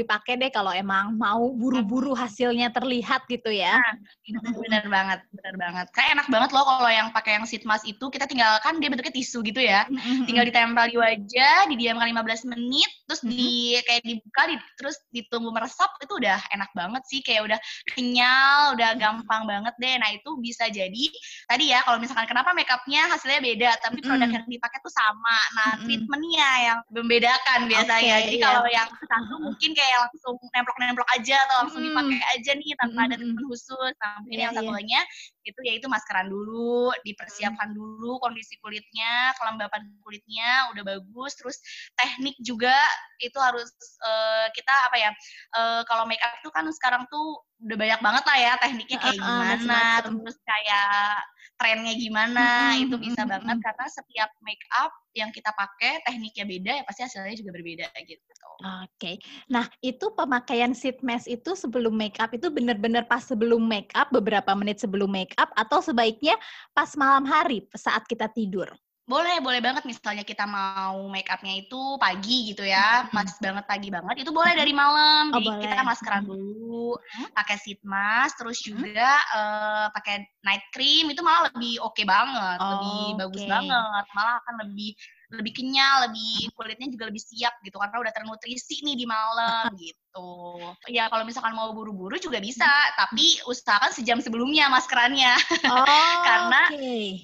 Speaker 1: dipakai deh kalau emang mau buru-buru hasilnya terlihat gitu ya.
Speaker 2: Nah, bener banget, bener banget. Kayak enak banget loh kalau yang pakai yang sheet mask itu, kita tinggal, kan dia bentuknya tisu gitu ya, tinggal ditempel di wajah, didiamkan lima belas menit, terus di kayak dibuka, di, terus ditunggu meresap, itu udah enak banget sih, kayak udah kenyal, udah gampang banget deh. Nah itu bisa jadi, tadi ya kalau misalkan kenapa makeupnya hasilnya beda, tapi produk yang dipakai tuh sama. Nah treatmentnya yang membedakan biasanya.
Speaker 1: Okay,
Speaker 2: jadi
Speaker 1: iya.
Speaker 2: kalau yang satu mungkin kayak langsung nemplok-nemplok aja, atau langsung dipakai aja nih tanpa ada treatment khusus. Nah mungkin
Speaker 1: yeah,
Speaker 2: yang satunya yeah. itu yaitu maskeran dulu, dipersiapkan dulu kondisi kulitnya, kelembapan kulitnya udah bagus, terus teknik juga itu harus uh, kita apa ya, uh, kalau make up tuh kan sekarang tuh udah banyak banget lah ya tekniknya kayak
Speaker 1: uh, uh,
Speaker 2: gimana, terus kayak trennya gimana, mm-hmm. itu bisa mm-hmm. banget karena setiap make up yang kita pakai tekniknya beda ya pasti hasilnya juga berbeda gitu.
Speaker 1: Oke, okay. Nah itu pemakaian sheet mask itu sebelum make up itu benar-benar pas sebelum make up, beberapa menit sebelum make up, atau sebaiknya pas malam hari saat kita tidur?
Speaker 2: Boleh, boleh banget. Misalnya kita mau make up-nya itu pagi gitu ya, pas hmm. banget pagi banget, itu boleh dari malam.
Speaker 1: Oh,
Speaker 2: Jadi
Speaker 1: boleh.
Speaker 2: kita maskeran dulu, hmm. pakai sheet mask, terus juga hmm. uh, pakai night cream, itu malah lebih oke okay banget, oh, lebih okay. bagus banget, malah akan lebih lebih kenyal, lebih kulitnya juga lebih siap gitu, karena udah ternutrisi nih di malam gitu. Ya kalau misalkan mau buru-buru juga bisa, tapi usahakan sejam sebelumnya maskerannya.
Speaker 1: Oh,
Speaker 2: karena
Speaker 1: okay.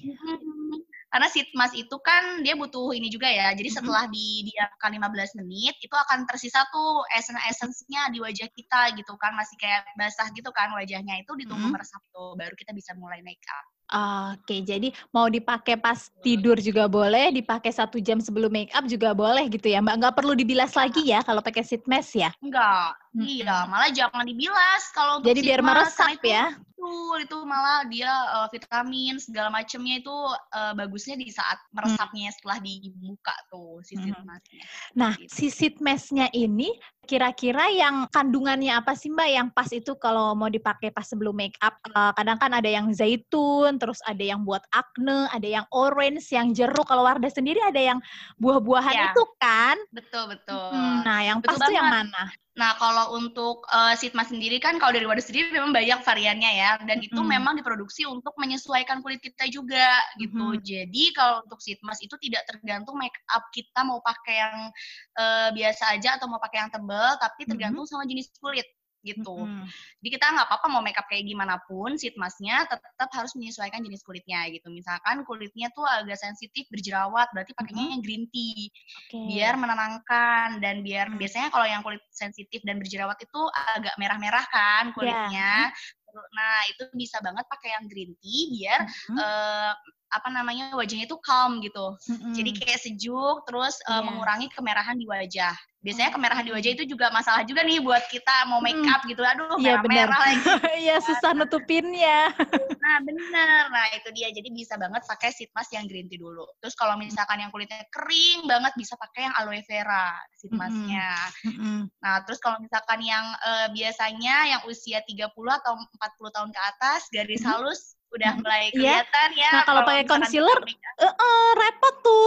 Speaker 2: Karena sheet mask itu kan dia butuh ini juga ya. Jadi setelah didiamkan lima belas menit, itu akan tersisa tuh essence-essence-nya di wajah kita gitu kan. Masih kayak basah gitu kan wajahnya. Itu ditunggu mm-hmm. meresap tuh, baru kita bisa mulai make up.
Speaker 1: Oke, jadi mau dipakai pas tidur juga boleh, dipakai satu jam sebelum make up juga boleh gitu ya Mbak? Nggak perlu dibilas lagi ya kalau pakai sheet mask ya?
Speaker 2: Enggak, hmm. iya. Malah jangan dibilas kalau untuk
Speaker 1: jadi biar meresap ya?
Speaker 2: Betul, itu malah dia uh, vitamin segala macamnya itu uh, bagusnya di saat meresapnya hmm. setelah dibuka tuh si sheet mask-nya.
Speaker 1: Nah,
Speaker 2: gitu.
Speaker 1: si sheet mask-nya ini kira-kira yang kandungannya apa sih Mbak yang pas itu kalau mau dipakai pas sebelum make up? Uh, kadang kan ada yang zaitun, terus ada yang buat acne, ada yang orange, yang jeruk. Kalau Wardah sendiri ada yang buah-buahan ya. Itu kan?
Speaker 2: Betul, betul.
Speaker 1: Hmm, nah, yang
Speaker 2: betul
Speaker 1: pas itu yang mana?
Speaker 2: Nah, kalau untuk uh, sheet mask sendiri kan, kalau dari Wardah sendiri memang banyak variannya ya, dan mm-hmm. itu memang diproduksi untuk menyesuaikan kulit kita juga gitu. Mm-hmm. Jadi kalau untuk sheet mask itu tidak tergantung make up kita mau pakai yang uh, biasa aja atau mau pakai yang tebal, tapi tergantung mm-hmm. sama jenis kulit gitu. Mm-hmm. Jadi kita nggak apa-apa mau make up kayak gimana pun, sheet mask-nya tetap harus menyesuaikan jenis kulitnya gitu. Misalkan kulitnya tuh agak sensitif, berjerawat, berarti pakainya mm-hmm. yang green tea. Okay. Biar menenangkan dan biar mm-hmm. biasanya kalau yang kulit sensitif dan berjerawat itu agak merah-merah kan kulitnya. Yeah. Nah, itu bisa banget pakai yang green tea biar mm-hmm. uh, apa namanya wajahnya itu calm gitu. Mm-hmm. Jadi kayak sejuk terus yeah. uh, mengurangi kemerahan di wajah. Biasanya kemerahan di wajah itu juga masalah juga nih buat kita mau make up gitu. Aduh,
Speaker 1: yeah,
Speaker 2: merah-merah lagi.
Speaker 1: Iya, susah nutupinnya.
Speaker 2: Nah, bener. Nah, itu dia. Jadi bisa banget pakai sheet mask yang green tea dulu. Terus kalau misalkan yang kulitnya kering banget bisa pakai yang aloe vera sheet mask-nya. Mm-hmm. Nah, terus kalau misalkan yang uh, biasanya yang usia tiga puluh atau empat puluh tahun ke atas, garis mm-hmm. halus udah mulai kelihatan yeah. ya.
Speaker 1: Nah, kalau pakai concealer, uh, uh, repot tuh.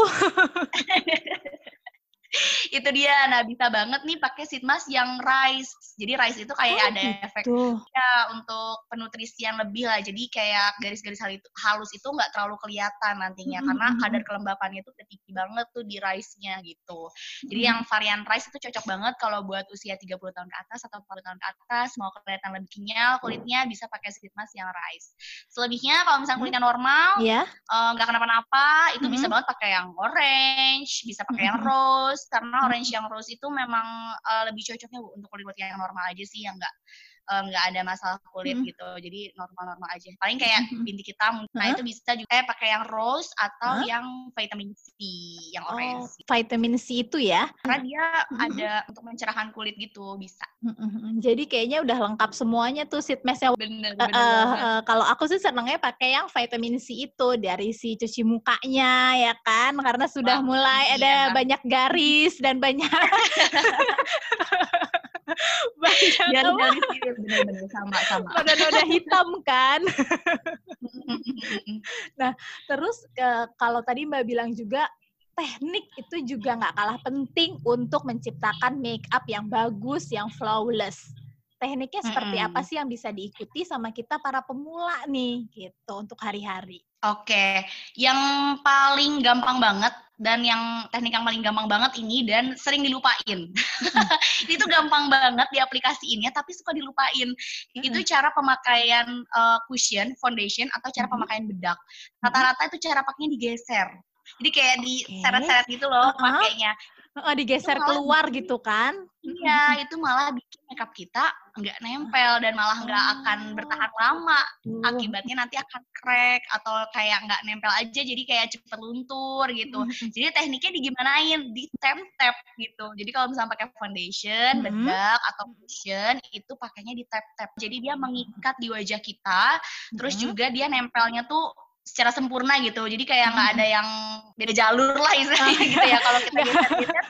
Speaker 2: Itu dia. Nah, bisa banget nih pakai sheet mask yang rice. Jadi rice itu kayak oh, ada gitu. efek ya untuk penutrisian lebih lah. Jadi kayak garis-garis halus itu nggak terlalu kelihatan nantinya mm-hmm. karena kadar kelembapannya itu udah tinggi banget tuh di rice-nya gitu. Jadi mm-hmm. yang varian rice itu cocok banget kalau buat usia tiga puluh tahun ke atas atau empat puluh tahun ke atas mau kelihatan lebih kenyal kulitnya bisa pakai sheet mask yang rice. Selebihnya kalau misalnya kulitnya normal nggak yeah. uh, kenapa-napa itu mm-hmm. bisa banget pakai yang orange, bisa pakai mm-hmm. yang rose. Karena orange yang rose itu memang uh, lebih cocoknya Bu, untuk kulit-kulit yang normal aja sih, yang nggak nggak uh, ada masalah kulit hmm. gitu, jadi normal-normal aja. Paling kayak hmm. bintik hitam, nah huh? itu bisa juga pakai yang rose atau huh? yang vitamin C, yang orange.
Speaker 1: Oh, vitamin C itu ya?
Speaker 2: Karena dia hmm. ada untuk mencerahkan kulit gitu, bisa.
Speaker 1: Hmm. Jadi kayaknya udah lengkap semuanya tuh sheet mask-nya.
Speaker 2: Bener, bener
Speaker 1: uh, uh, uh, kalau aku sih senangnya pakai yang vitamin C itu, dari si cuci mukanya ya kan, karena sudah Wah, mulai iya, ada kan? banyak garis dan banyak banyak
Speaker 2: ya, bener-bener sama-sama
Speaker 1: noda-noda hitam kan. Nah, terus ke, kalau tadi Mbak bilang juga teknik itu juga nggak kalah penting untuk menciptakan make up yang bagus, yang flawless. Tekniknya seperti apa
Speaker 2: Mm-mm.
Speaker 1: sih yang bisa diikuti sama kita para pemula nih, gitu, untuk hari-hari?
Speaker 2: Oke, yang paling gampang banget dan yang teknik yang paling gampang banget ini dan sering dilupain. Ini tuh gampang banget di aplikasi ini, tapi suka dilupain. Itu cara pemakaian uh, cushion, foundation, atau cara pemakaian bedak. Rata-rata itu cara pakainya digeser. Jadi kayak diseret-seret gitu loh
Speaker 1: uh-uh.
Speaker 2: pakainya.
Speaker 1: Uh, digeser keluar bikin, gitu kan?
Speaker 2: Iya, itu malah bikin makeup kita nggak nempel dan malah nggak oh. akan bertahan lama. Uh. Akibatnya nanti akan crack atau kayak nggak nempel aja, jadi kayak cepet luntur gitu. Uh. Jadi tekniknya digimanain? Di tap-tap gitu. Jadi kalau misalnya pakai foundation, uh. bedak atau cushion, itu pakainya di tap-tap. Jadi dia mengikat di wajah kita, uh. terus juga dia nempelnya tuh secara sempurna gitu, jadi kayak nggak ada yang beda jalur lah istilahnya gitu ya kalau kita geser-geser.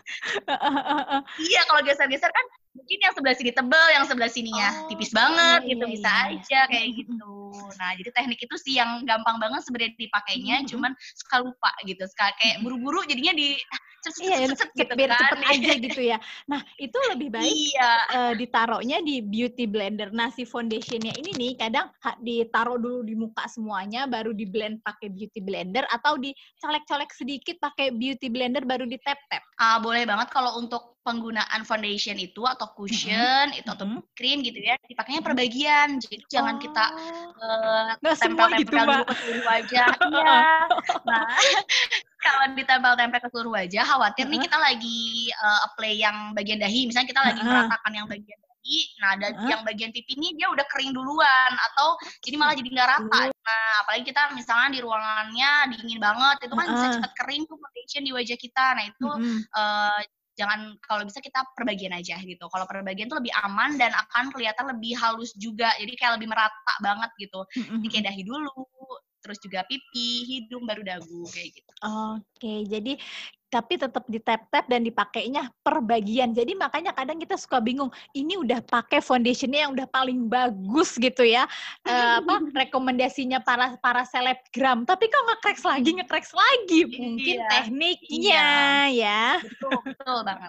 Speaker 2: Iya, kalau geser-geser kan mungkin yang sebelah sini tebel, yang sebelah sininya oh, tipis banget iya, gitu, iya, bisa iya. aja kayak gitu. Nah, jadi teknik itu sih yang gampang banget sebenarnya dipakainya, mm-hmm. cuman suka lupa gitu, suka kayak buru-buru jadinya di
Speaker 1: iya, gitu biar kan. Cepet aja gitu ya. Nah, itu lebih baik iya. uh, ditaruhnya di beauty blender. Nah, si foundationnya ini nih kadang ha, ditaruh dulu di muka semuanya, baru di blend pakai beauty blender, atau dicolek-colek sedikit pakai beauty blender, baru di tap-tap.
Speaker 2: Ah, boleh banget kalau untuk penggunaan foundation itu atau cushion mm-hmm. itu atau mm-hmm. cream gitu ya, dipakainya per bagian. Jadi oh. jangan kita uh, tempel-tempel gitu, dulu ke seluruh wajah. Iya. Nah, kalau ditempel-tempel ke seluruh wajah, khawatir uh-huh. nih kita lagi uh, apply yang bagian dahi, misalnya kita lagi uh-huh. meratakan yang bagian dahi, nah ada uh-huh. yang bagian pipi ini dia udah kering duluan, atau jadi malah jadi nggak rata. Uh-huh. Nah, apalagi kita misalnya di ruangannya dingin banget, itu kan uh-huh. bisa cepat kering tuh foundation di wajah kita. Nah itu uh-huh. uh, jangan, kalau bisa kita perbagian aja gitu. Kalau perbagian tuh lebih aman dan akan kelihatan lebih halus juga, jadi kayak lebih merata banget gitu. Uh-huh. Jadi kayak dahi dulu, terus juga pipi, hidung, baru dagu, kayak gitu.
Speaker 1: Oke, jadi tapi tetap di tap-tap dan dipakainya per bagian. Jadi makanya kadang kita suka bingung, ini udah pakai foundationnya yang udah paling bagus gitu ya, uh, apa rekomendasinya para para selebgram, tapi kok nge-cracks lagi, nge-cracks lagi, mungkin iya, tekniknya iya. ya.
Speaker 2: Betul, betul banget.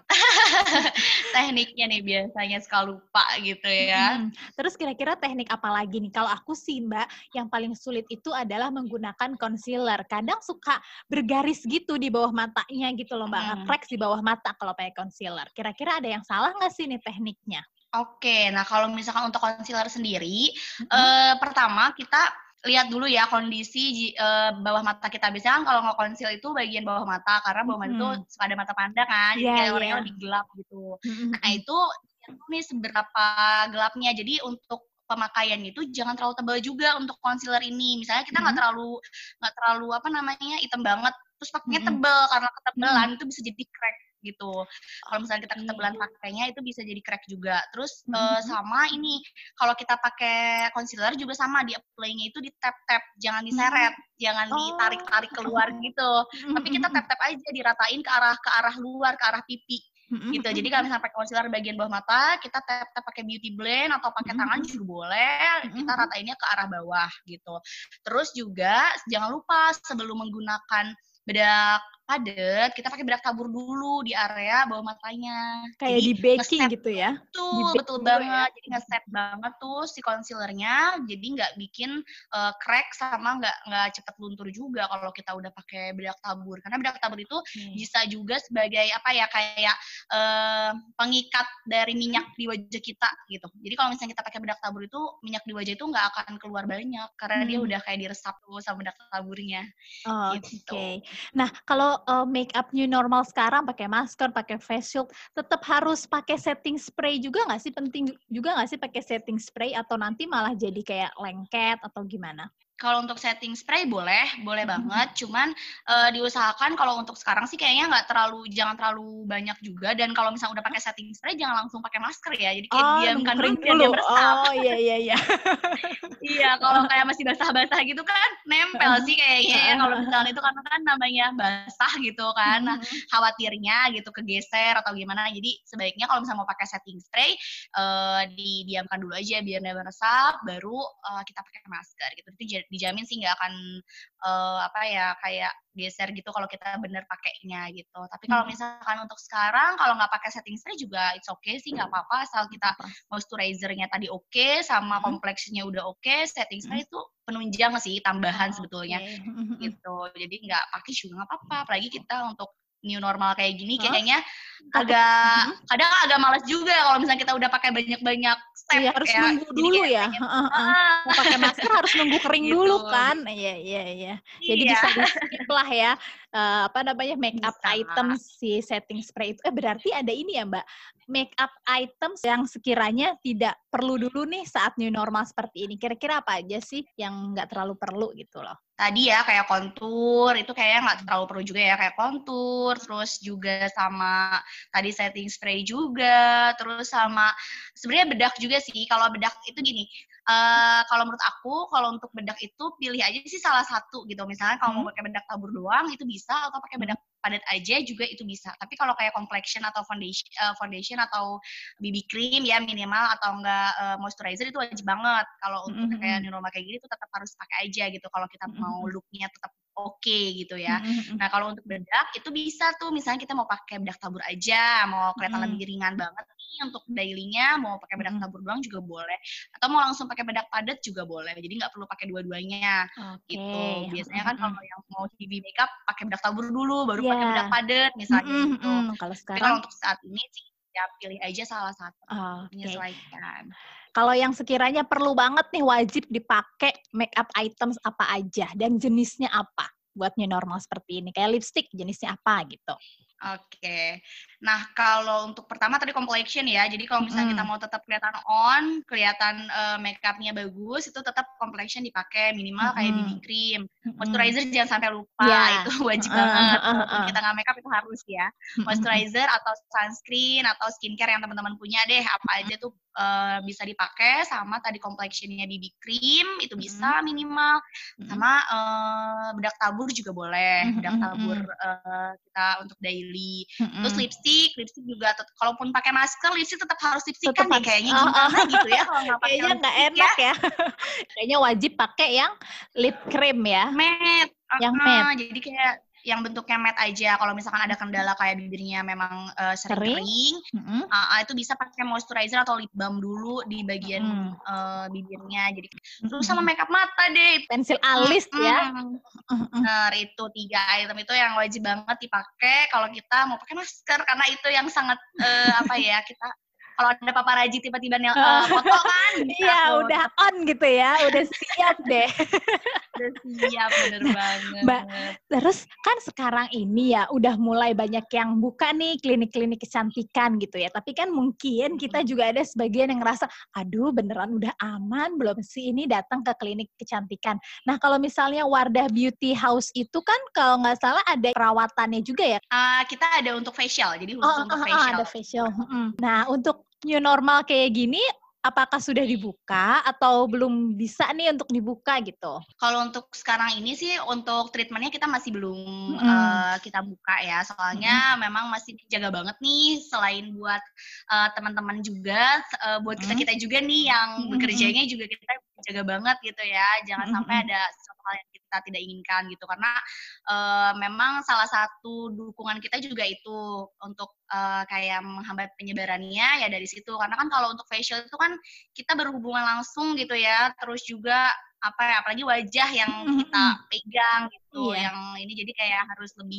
Speaker 2: Tekniknya nih biasanya suka lupa gitu ya.
Speaker 1: Hmm. Terus kira-kira teknik apa lagi nih? Kalau aku sih Mbak, yang paling sulit itu adalah menggunakan concealer. Kadang suka bergaris gitu di bawah matanya gitu loh Mbak, hmm. nge-cracks di bawah mata kalau pakai concealer. Kira-kira ada yang salah nggak sih nih tekniknya?
Speaker 2: Oke, nah kalau misalkan untuk concealer sendiri, mm-hmm. eh, pertama kita lihat dulu ya kondisi uh, bawah mata kita. Biasanya kan kalau nge-conceal itu bagian bawah mata, karena bawah mata mm-hmm. itu suka ada mata panda kan, jadi yeah, kayak orangnya yeah. lebih gelap gitu. Mm-hmm. Nah itu nih seberapa gelapnya. Jadi untuk pemakaian itu jangan terlalu tebal juga untuk concealer ini. Misalnya kita nggak mm-hmm. terlalu nggak terlalu apa namanya hitam banget, terus pakainya mm-hmm. tebal, karena ketebalan mm-hmm. itu bisa jadi crack gitu. Kalau misalnya kita ketebalan pakainya itu bisa jadi crack juga. Terus mm-hmm. uh, sama ini kalau kita pakai concealer juga sama, di apply-nya itu di tap-tap, jangan diseret, mm-hmm. jangan oh. ditarik-tarik keluar gitu. Mm-hmm. Tapi kita tap-tap aja, diratain ke arah ke arah luar, ke arah pipi. Mm-hmm. gitu. Jadi kalau misalnya pakai concealer bagian bawah mata, kita tap-tap pakai beauty blend atau pakai mm-hmm. tangan juga boleh. Mm-hmm. Kita ratainnya ke arah bawah gitu. Terus juga jangan lupa sebelum menggunakan bedak padat, kita pakai bedak tabur dulu di area bawah matanya.
Speaker 1: Kayak jadi, di baking gitu ya?
Speaker 2: Betul, betul banget. Ya? Jadi nge-set banget tuh si concealernya, jadi nggak bikin uh, crack sama nggak nggak cepet luntur juga kalau kita udah pakai bedak tabur. Karena bedak tabur itu hmm. bisa juga sebagai apa ya, kayak uh, pengikat dari minyak di wajah kita gitu. Jadi kalau misalnya kita pakai bedak tabur itu, minyak di wajah itu nggak akan keluar banyak, karena hmm. dia udah kayak diresap tuh sama bedak taburnya.
Speaker 1: Oh,
Speaker 2: gitu.
Speaker 1: Oke. Okay. Nah, kalau uh, make up new normal sekarang pakai masker, pakai face shield, tetap harus pakai setting spray juga nggak sih? Penting juga nggak sih pakai setting spray, atau nanti malah jadi kayak lengket atau gimana?
Speaker 2: Kalau untuk setting spray boleh, boleh banget. Cuman uh, diusahakan kalau untuk sekarang sih kayaknya nggak terlalu, jangan terlalu banyak juga. Dan kalau misalnya udah pakai setting spray, jangan langsung pakai masker ya. Jadi kayak oh, diamkan dulu, biar dia meresap.
Speaker 1: Oh iya iya iya.
Speaker 2: Iya, kalau kayak masih basah-basah gitu kan nempel sih kayaknya ya. Kalau misalnya itu karena kan namanya basah gitu kan. Nah, khawatirnya gitu kegeser atau gimana. Jadi sebaiknya kalau misalnya mau pakai setting spray, uh, didiamkan dulu aja biar dia meresap, baru uh, kita pakai masker gitu. Itu dijamin sih nggak akan uh, apa ya kayak geser gitu kalau kita bener pakainya gitu. Tapi kalau misalkan untuk sekarang kalau nggak pakai setting spray juga it's okay sih, nggak apa-apa asal kita moisturizer-nya tadi oke okay, sama complexion-nya udah oke, okay, setting spray itu penunjang sih, tambahan oh, sebetulnya okay. gitu. Jadi nggak pakai juga nggak apa-apa, apalagi kita untuk new normal kayak gini kayaknya huh? agak kadang agak malas juga kalau misalnya kita udah pakai banyak-banyak step
Speaker 1: ya, harus ya. nunggu dulu ya. Pengen, uh, uh. Mau pakai masker harus nunggu kering gitu. Dulu kan. Iya iya iya. Jadi iya. bisa di-skip lah ya. Uh, apa namanya make up bisa. Items si setting spray itu. Eh berarti ada ini ya, Mbak. Make up items yang sekiranya tidak perlu dulu nih saat new normal seperti ini. Kira-kira apa aja sih yang nggak terlalu perlu gitu loh?
Speaker 2: Tadi ya kayak kontur, itu kayaknya nggak terlalu perlu juga ya, kayak kontur, terus juga sama tadi setting spray juga, terus sama sebenarnya bedak juga sih. Kalau bedak itu gini, uh, kalau menurut aku, kalau untuk bedak itu pilih aja sih salah satu gitu. Misalnya kalau hmm. mau pakai bedak tabur doang itu bisa, atau pakai bedak padat aja juga itu bisa. Tapi kalau kayak complexion atau foundation, uh, foundation atau B B cream ya minimal atau enggak uh, moisturizer itu wajib banget. Kalau untuk mm-hmm. kayak new normal kayak gini tuh tetap harus pakai aja gitu. Kalau kita mm-hmm. mau looknya tetap oke okay, gitu ya. Mm-hmm. Nah kalau untuk bedak itu bisa tuh misalnya kita mau pakai bedak tabur aja, mau kelihatan mm-hmm. lebih ringan banget nih untuk daily-nya, mau pakai bedak tabur doang juga boleh. Atau mau langsung pakai bedak padat juga boleh. Jadi nggak perlu pakai dua-duanya okay. gitu. Biasanya kan mm-hmm. kalau yang mau heavy makeup pakai bedak tabur dulu, baru yeah. pakai bedak padat misalnya mm-hmm. gitu.
Speaker 1: Kalau sekarang,
Speaker 2: tapi kalau untuk saat ini sih ya pilih aja salah satu,
Speaker 1: oh, okay.
Speaker 2: menyesuaikan.
Speaker 1: Kalau yang sekiranya perlu banget nih wajib dipakai makeup items apa aja dan jenisnya apa buat new normal seperti ini? Kayak lipstick jenisnya apa gitu?
Speaker 2: Oke, okay. Nah kalau untuk pertama tadi complexion ya, jadi kalau misalnya mm. kita mau tetap kelihatan on, kelihatan uh, makeupnya bagus, itu tetap complexion dipakai minimal mm. kayak B B cream, mm. moisturizer jangan sampai lupa, yeah. itu wajib uh, banget. Uh, uh, uh. Kita nggak makeup itu harus ya, moisturizer atau sunscreen atau skincare yang teman-teman punya deh, apa aja tuh uh, bisa dipakai, sama tadi complexionnya B B cream itu bisa mm. minimal, sama uh, bedak tabur juga boleh, mm. bedak tabur uh, kita untuk daily. Mm-hmm. Terus lipstick, lipstick juga tet- kalaupun pakai masker, lipstick tetap harus lipstick kan deh kayaknya oh, gimana oh. gitu ya kalau nggak pakai
Speaker 1: kayaknya nggak enak ya, ya. Kayaknya wajib pakai yang lip cream ya,
Speaker 2: matte,
Speaker 1: yang
Speaker 2: uh,
Speaker 1: matte.
Speaker 2: Jadi kayak yang bentuknya matte aja. Kalau misalkan ada kendala kayak bibirnya memang uh, sering kering, mm-hmm. uh, itu bisa pakai moisturizer atau lip balm dulu di bagian mm. uh, bibirnya. Jadi mm-hmm. terus sama makeup mata deh,
Speaker 1: pensil alis mm-hmm. ya.
Speaker 2: Nah itu tiga item itu yang wajib banget dipakai kalau kita mau pakai masker, karena itu yang sangat uh, apa ya kita. Kalau ada paparazi tiba-tiba nel uh, foto kan
Speaker 1: iya udah on gitu ya, udah siap deh.
Speaker 2: Udah siap, bener nah, banget.
Speaker 1: Mbak, terus kan sekarang ini ya udah mulai banyak yang buka nih klinik-klinik kecantikan gitu ya. Tapi kan mungkin kita juga ada sebagian yang ngerasa, aduh beneran udah aman belum sih ini datang ke klinik kecantikan. Nah kalau misalnya Wardah Beauty House itu kan kalau nggak salah ada perawatannya juga ya?
Speaker 2: Uh, kita ada untuk facial, jadi khusus
Speaker 1: oh,
Speaker 2: untuk
Speaker 1: oh,
Speaker 2: facial.
Speaker 1: Oh, ada facial. Hmm. Nah untuk new normal kayak gini, apakah sudah dibuka atau belum bisa nih untuk dibuka gitu?
Speaker 2: Kalau untuk sekarang ini sih untuk treatmentnya kita masih belum mm. uh, kita buka ya, soalnya mm. memang masih dijaga banget nih, selain buat uh, teman-teman juga, uh, buat kita-kita juga nih yang mm. bekerjanya juga kita jaga banget gitu ya, jangan mm. sampai ada sesuatu hal yang kita tidak inginkan gitu, karena uh, memang salah satu dukungan kita juga itu untuk uh, kayak menghambat penyebarannya ya dari situ, karena kan kalau untuk facial itu kan kita berhubungan langsung gitu ya, terus juga apa ya, apalagi wajah yang kita pegang gitu, yeah. yang ini jadi kayak harus lebih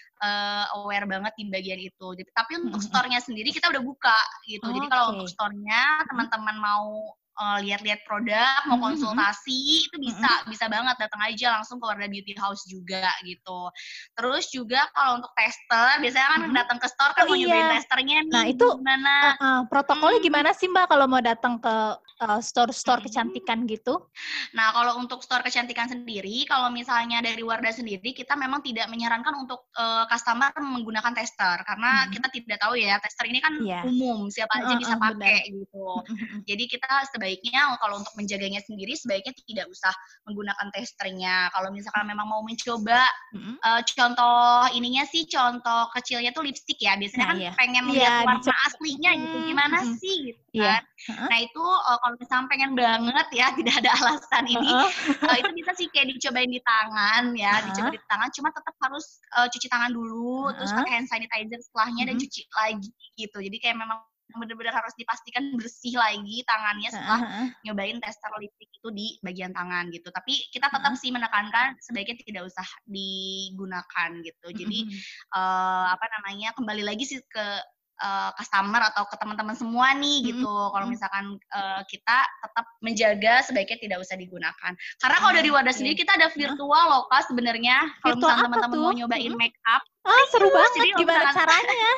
Speaker 2: uh, aware banget di bagian itu. Jadi, tapi untuk store-nya sendiri kita udah buka gitu. Oh, jadi kalau okay. untuk store-nya teman-teman mau uh, lihat-lihat produk, mau konsultasi, itu bisa, mm-hmm. bisa banget datang aja langsung ke Wardah Beauty House juga gitu. Terus juga kalau untuk tester, biasanya kan mm-hmm. datang ke store kan oh, mau iya. nyobain testernya nih,
Speaker 1: nah, itu
Speaker 2: gimana?
Speaker 1: Uh, uh, protokolnya hmm. gimana sih Mbak kalau mau datang ke uh, store-store hmm. kecantikan gitu?
Speaker 2: Nah, kalau untuk store kecantikan sendiri, kalau misalnya dari Wardah sendiri, kita memang tidak menyarankan untuk uh, customer menggunakan tester, karena hmm. kita tidak tahu ya, tester ini kan yeah. umum, siapa aja uh, bisa uh, pakai benar. gitu. Jadi kita sebagai sebaiknya kalau untuk menjaganya sendiri sebaiknya tidak usah menggunakan testernya. Kalau misalkan memang mau mencoba mm-hmm. uh, contoh ininya sih contoh kecilnya tuh lipstick ya. Biasanya nah, kan iya. pengen lihat yeah, warna dicoba. aslinya gitu gimana mm-hmm. sih gitu kan. Yeah. Uh-huh. Nah itu uh, kalau misalkan pengen banget ya tidak ada alasan ini uh-huh. uh, itu bisa sih kayak dicobain di tangan ya, uh-huh. dicoba di tangan cuma tetap harus uh, cuci tangan dulu uh-huh. terus pakai hand sanitizer setelahnya uh-huh. dan cuci lagi gitu. Jadi kayak memang benar-benar harus dipastikan bersih lagi tangannya setelah uh-huh. nyobain tester lipstick itu di bagian tangan gitu. Tapi kita tetap uh-huh. sih menekankan sebaiknya tidak usah digunakan gitu. Jadi uh-huh. uh, apa namanya kembali lagi sih ke uh, customer atau ke teman-teman semua nih gitu. Mm-hmm. Kalau misalkan uh, kita tetap menjaga sebaiknya tidak usah digunakan. Karena kalau dari Wardah okay. sendiri kita ada virtual loh Kak sebenarnya. Kalau misalkan teman-teman mau nyobain mm-hmm. make up.
Speaker 1: Oh seru banget,
Speaker 2: jadi
Speaker 1: gimana caranya?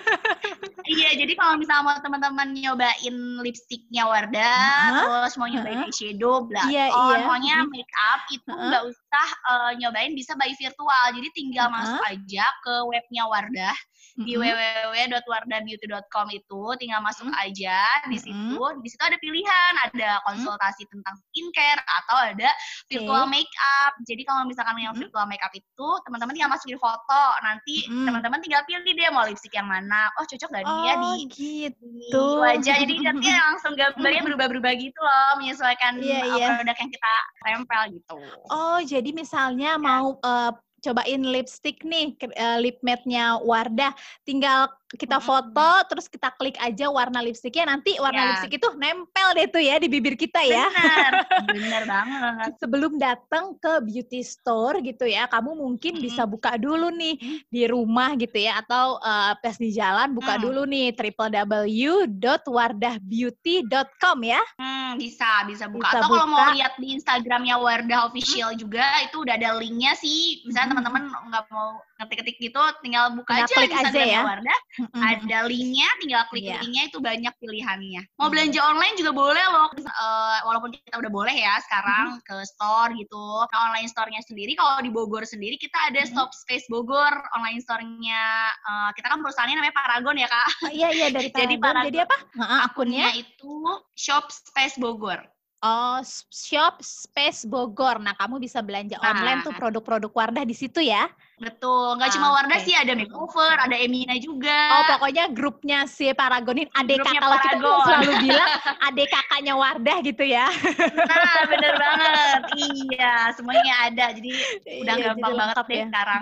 Speaker 2: Iya, jadi kalau misalnya mau teman-teman nyobain lipstiknya Wardah, uh-huh. terus mau nyobain uh-huh. eyeshadow, blush yeah, on, yeah. pokoknya make up itu nggak uh-huh. usah uh, nyobain, bisa by virtual. Jadi tinggal uh-huh. masuk aja ke webnya Wardah uh-huh. di w w w dot wardah beauty dot com itu, tinggal masuk uh-huh. aja di situ. Uh-huh. Di situ ada pilihan, ada konsultasi uh-huh. tentang skincare atau ada virtual okay. make up. Jadi kalau misalkan yang uh-huh. virtual make up itu, teman-teman tinggal masukin foto, nanti Nanti mm. teman-teman tinggal pilih deh mau lipstick yang mana. Oh cocok gak
Speaker 1: oh,
Speaker 2: dia di,
Speaker 1: gitu.
Speaker 2: di wajah. Jadi nanti langsung gambarnya berubah-berubah gitu loh. Menyesuaikan yeah, uh, yeah. produk yang kita tempel gitu.
Speaker 1: Oh jadi misalnya ya. mau uh, cobain lipstick nih, uh, lip matte-nya Wardah. Tinggal kita foto, mm-hmm. terus kita klik aja warna lipstiknya, nanti warna ya. lipstik itu nempel deh tuh ya di bibir kita ya.
Speaker 2: Benar, benar banget.
Speaker 1: Sebelum datang ke beauty store gitu ya, kamu mungkin mm-hmm. bisa buka dulu nih di rumah gitu ya, atau uh, pas di jalan buka mm. dulu nih w w w dot wardah beauty dot com ya.
Speaker 2: Hmm, bisa, bisa buka. Bisa atau kalau mau lihat di Instagramnya Wardah Official mm. juga, itu udah ada linknya sih. Misalnya mm. teman-teman nggak mau ngetik-ketik gitu, tinggal buka tinggal aja
Speaker 1: klik
Speaker 2: di Instagramnya
Speaker 1: ya.
Speaker 2: Wardah. Mm-hmm. Ada linknya, tinggal klik yeah. linknya, itu banyak pilihannya. Mau
Speaker 1: mm-hmm.
Speaker 2: belanja online juga boleh loh, uh, walaupun kita udah boleh ya sekarang mm-hmm. ke store gitu. Nah, online store-nya sendiri, kalau di Bogor sendiri kita ada mm-hmm. Shop Space Bogor online store-nya. Uh, kita kan perusahaannya namanya Paragon ya Kak.
Speaker 1: Oh, iya iya dari Paragon. Jadi, Paragon, jadi apa?
Speaker 2: Uh, akunnya itu Shop Space Bogor.
Speaker 1: Oh, Shop Space Bogor. Nah, kamu bisa belanja nah. online tuh produk-produk Wardah di situ ya?
Speaker 2: Betul, nggak cuma Wardah okay. sih, ada makeover, ada Emina juga.
Speaker 1: Oh, pokoknya grupnya si Paragonin, adik kakak, kalau kita tuh selalu bilang adik kakaknya Wardah gitu ya.
Speaker 2: Nah, bener banget. Iya, semuanya ada, jadi udah
Speaker 1: iya,
Speaker 2: gampang
Speaker 1: jadi
Speaker 2: banget deh
Speaker 1: ya.
Speaker 2: sekarang.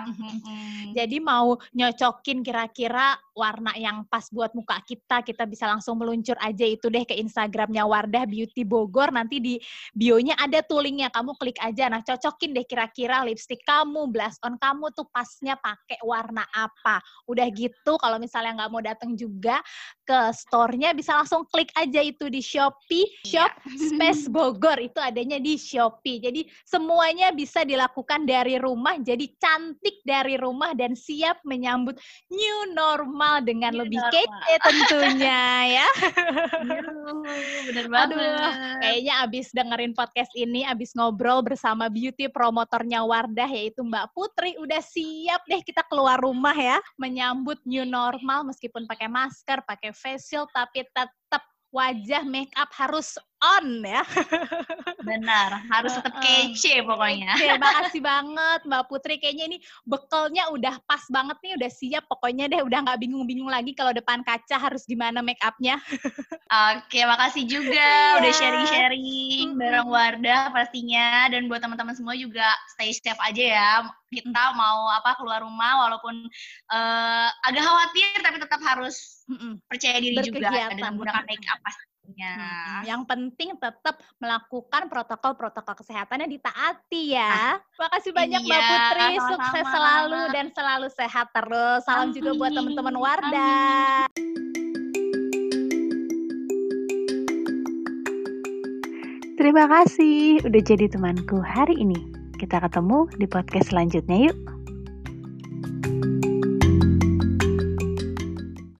Speaker 1: Jadi mau nyocokin kira-kira warna yang pas buat muka kita, kita bisa langsung meluncur aja itu deh ke Instagramnya Wardah Beauty Bogor, nanti di bio-nya ada tuh linknya, kamu klik aja, nah cocokin deh kira-kira lipstick kamu, blush on kamu tuh pasnya pakai warna apa. Udah gitu kalau misalnya nggak mau datang juga ke store-nya, bisa langsung klik aja itu di Shopee, Shop yeah. Space Bogor, itu adanya di Shopee. Jadi semuanya bisa dilakukan dari rumah, jadi cantik dari rumah dan siap menyambut new normal dengan new lebih kece tentunya ya.
Speaker 2: Bener banget.
Speaker 1: Aduh, kayaknya abis dengerin podcast ini, abis ngobrol bersama beauty promotornya Wardah yaitu Mbak Putri, udah siap deh kita keluar rumah ya, menyambut new normal meskipun pakai masker, pakai face shield, tapi tetap wajah make up harus on ya.
Speaker 2: Benar, harus tetap kece pokoknya.
Speaker 1: Oke, makasih banget Mbak Putri. Kayaknya ini bekalnya udah pas banget nih, udah siap pokoknya deh, udah nggak bingung-bingung lagi kalau depan kaca harus gimana make up-nya.
Speaker 2: Oke, makasih juga udah sharing-sharing bareng Wardah pastinya, dan buat teman-teman semua juga stay safe aja ya. Kita mau apa keluar rumah walaupun uh, agak khawatir tapi tetap harus Mm-mm. percaya diri juga dengan menggunakan make up pastinya.
Speaker 1: Hmm, yang penting tetap melakukan protokol-protokol kesehatannya ditaati ya. Nah, makasih banyak iya, Mbak Putri, sama-sama. Sukses selalu dan selalu sehat terus. Salam Amin. Juga buat teman-teman Wardah. Terima kasih udah jadi temanku hari ini. Kita ketemu di podcast selanjutnya yuk.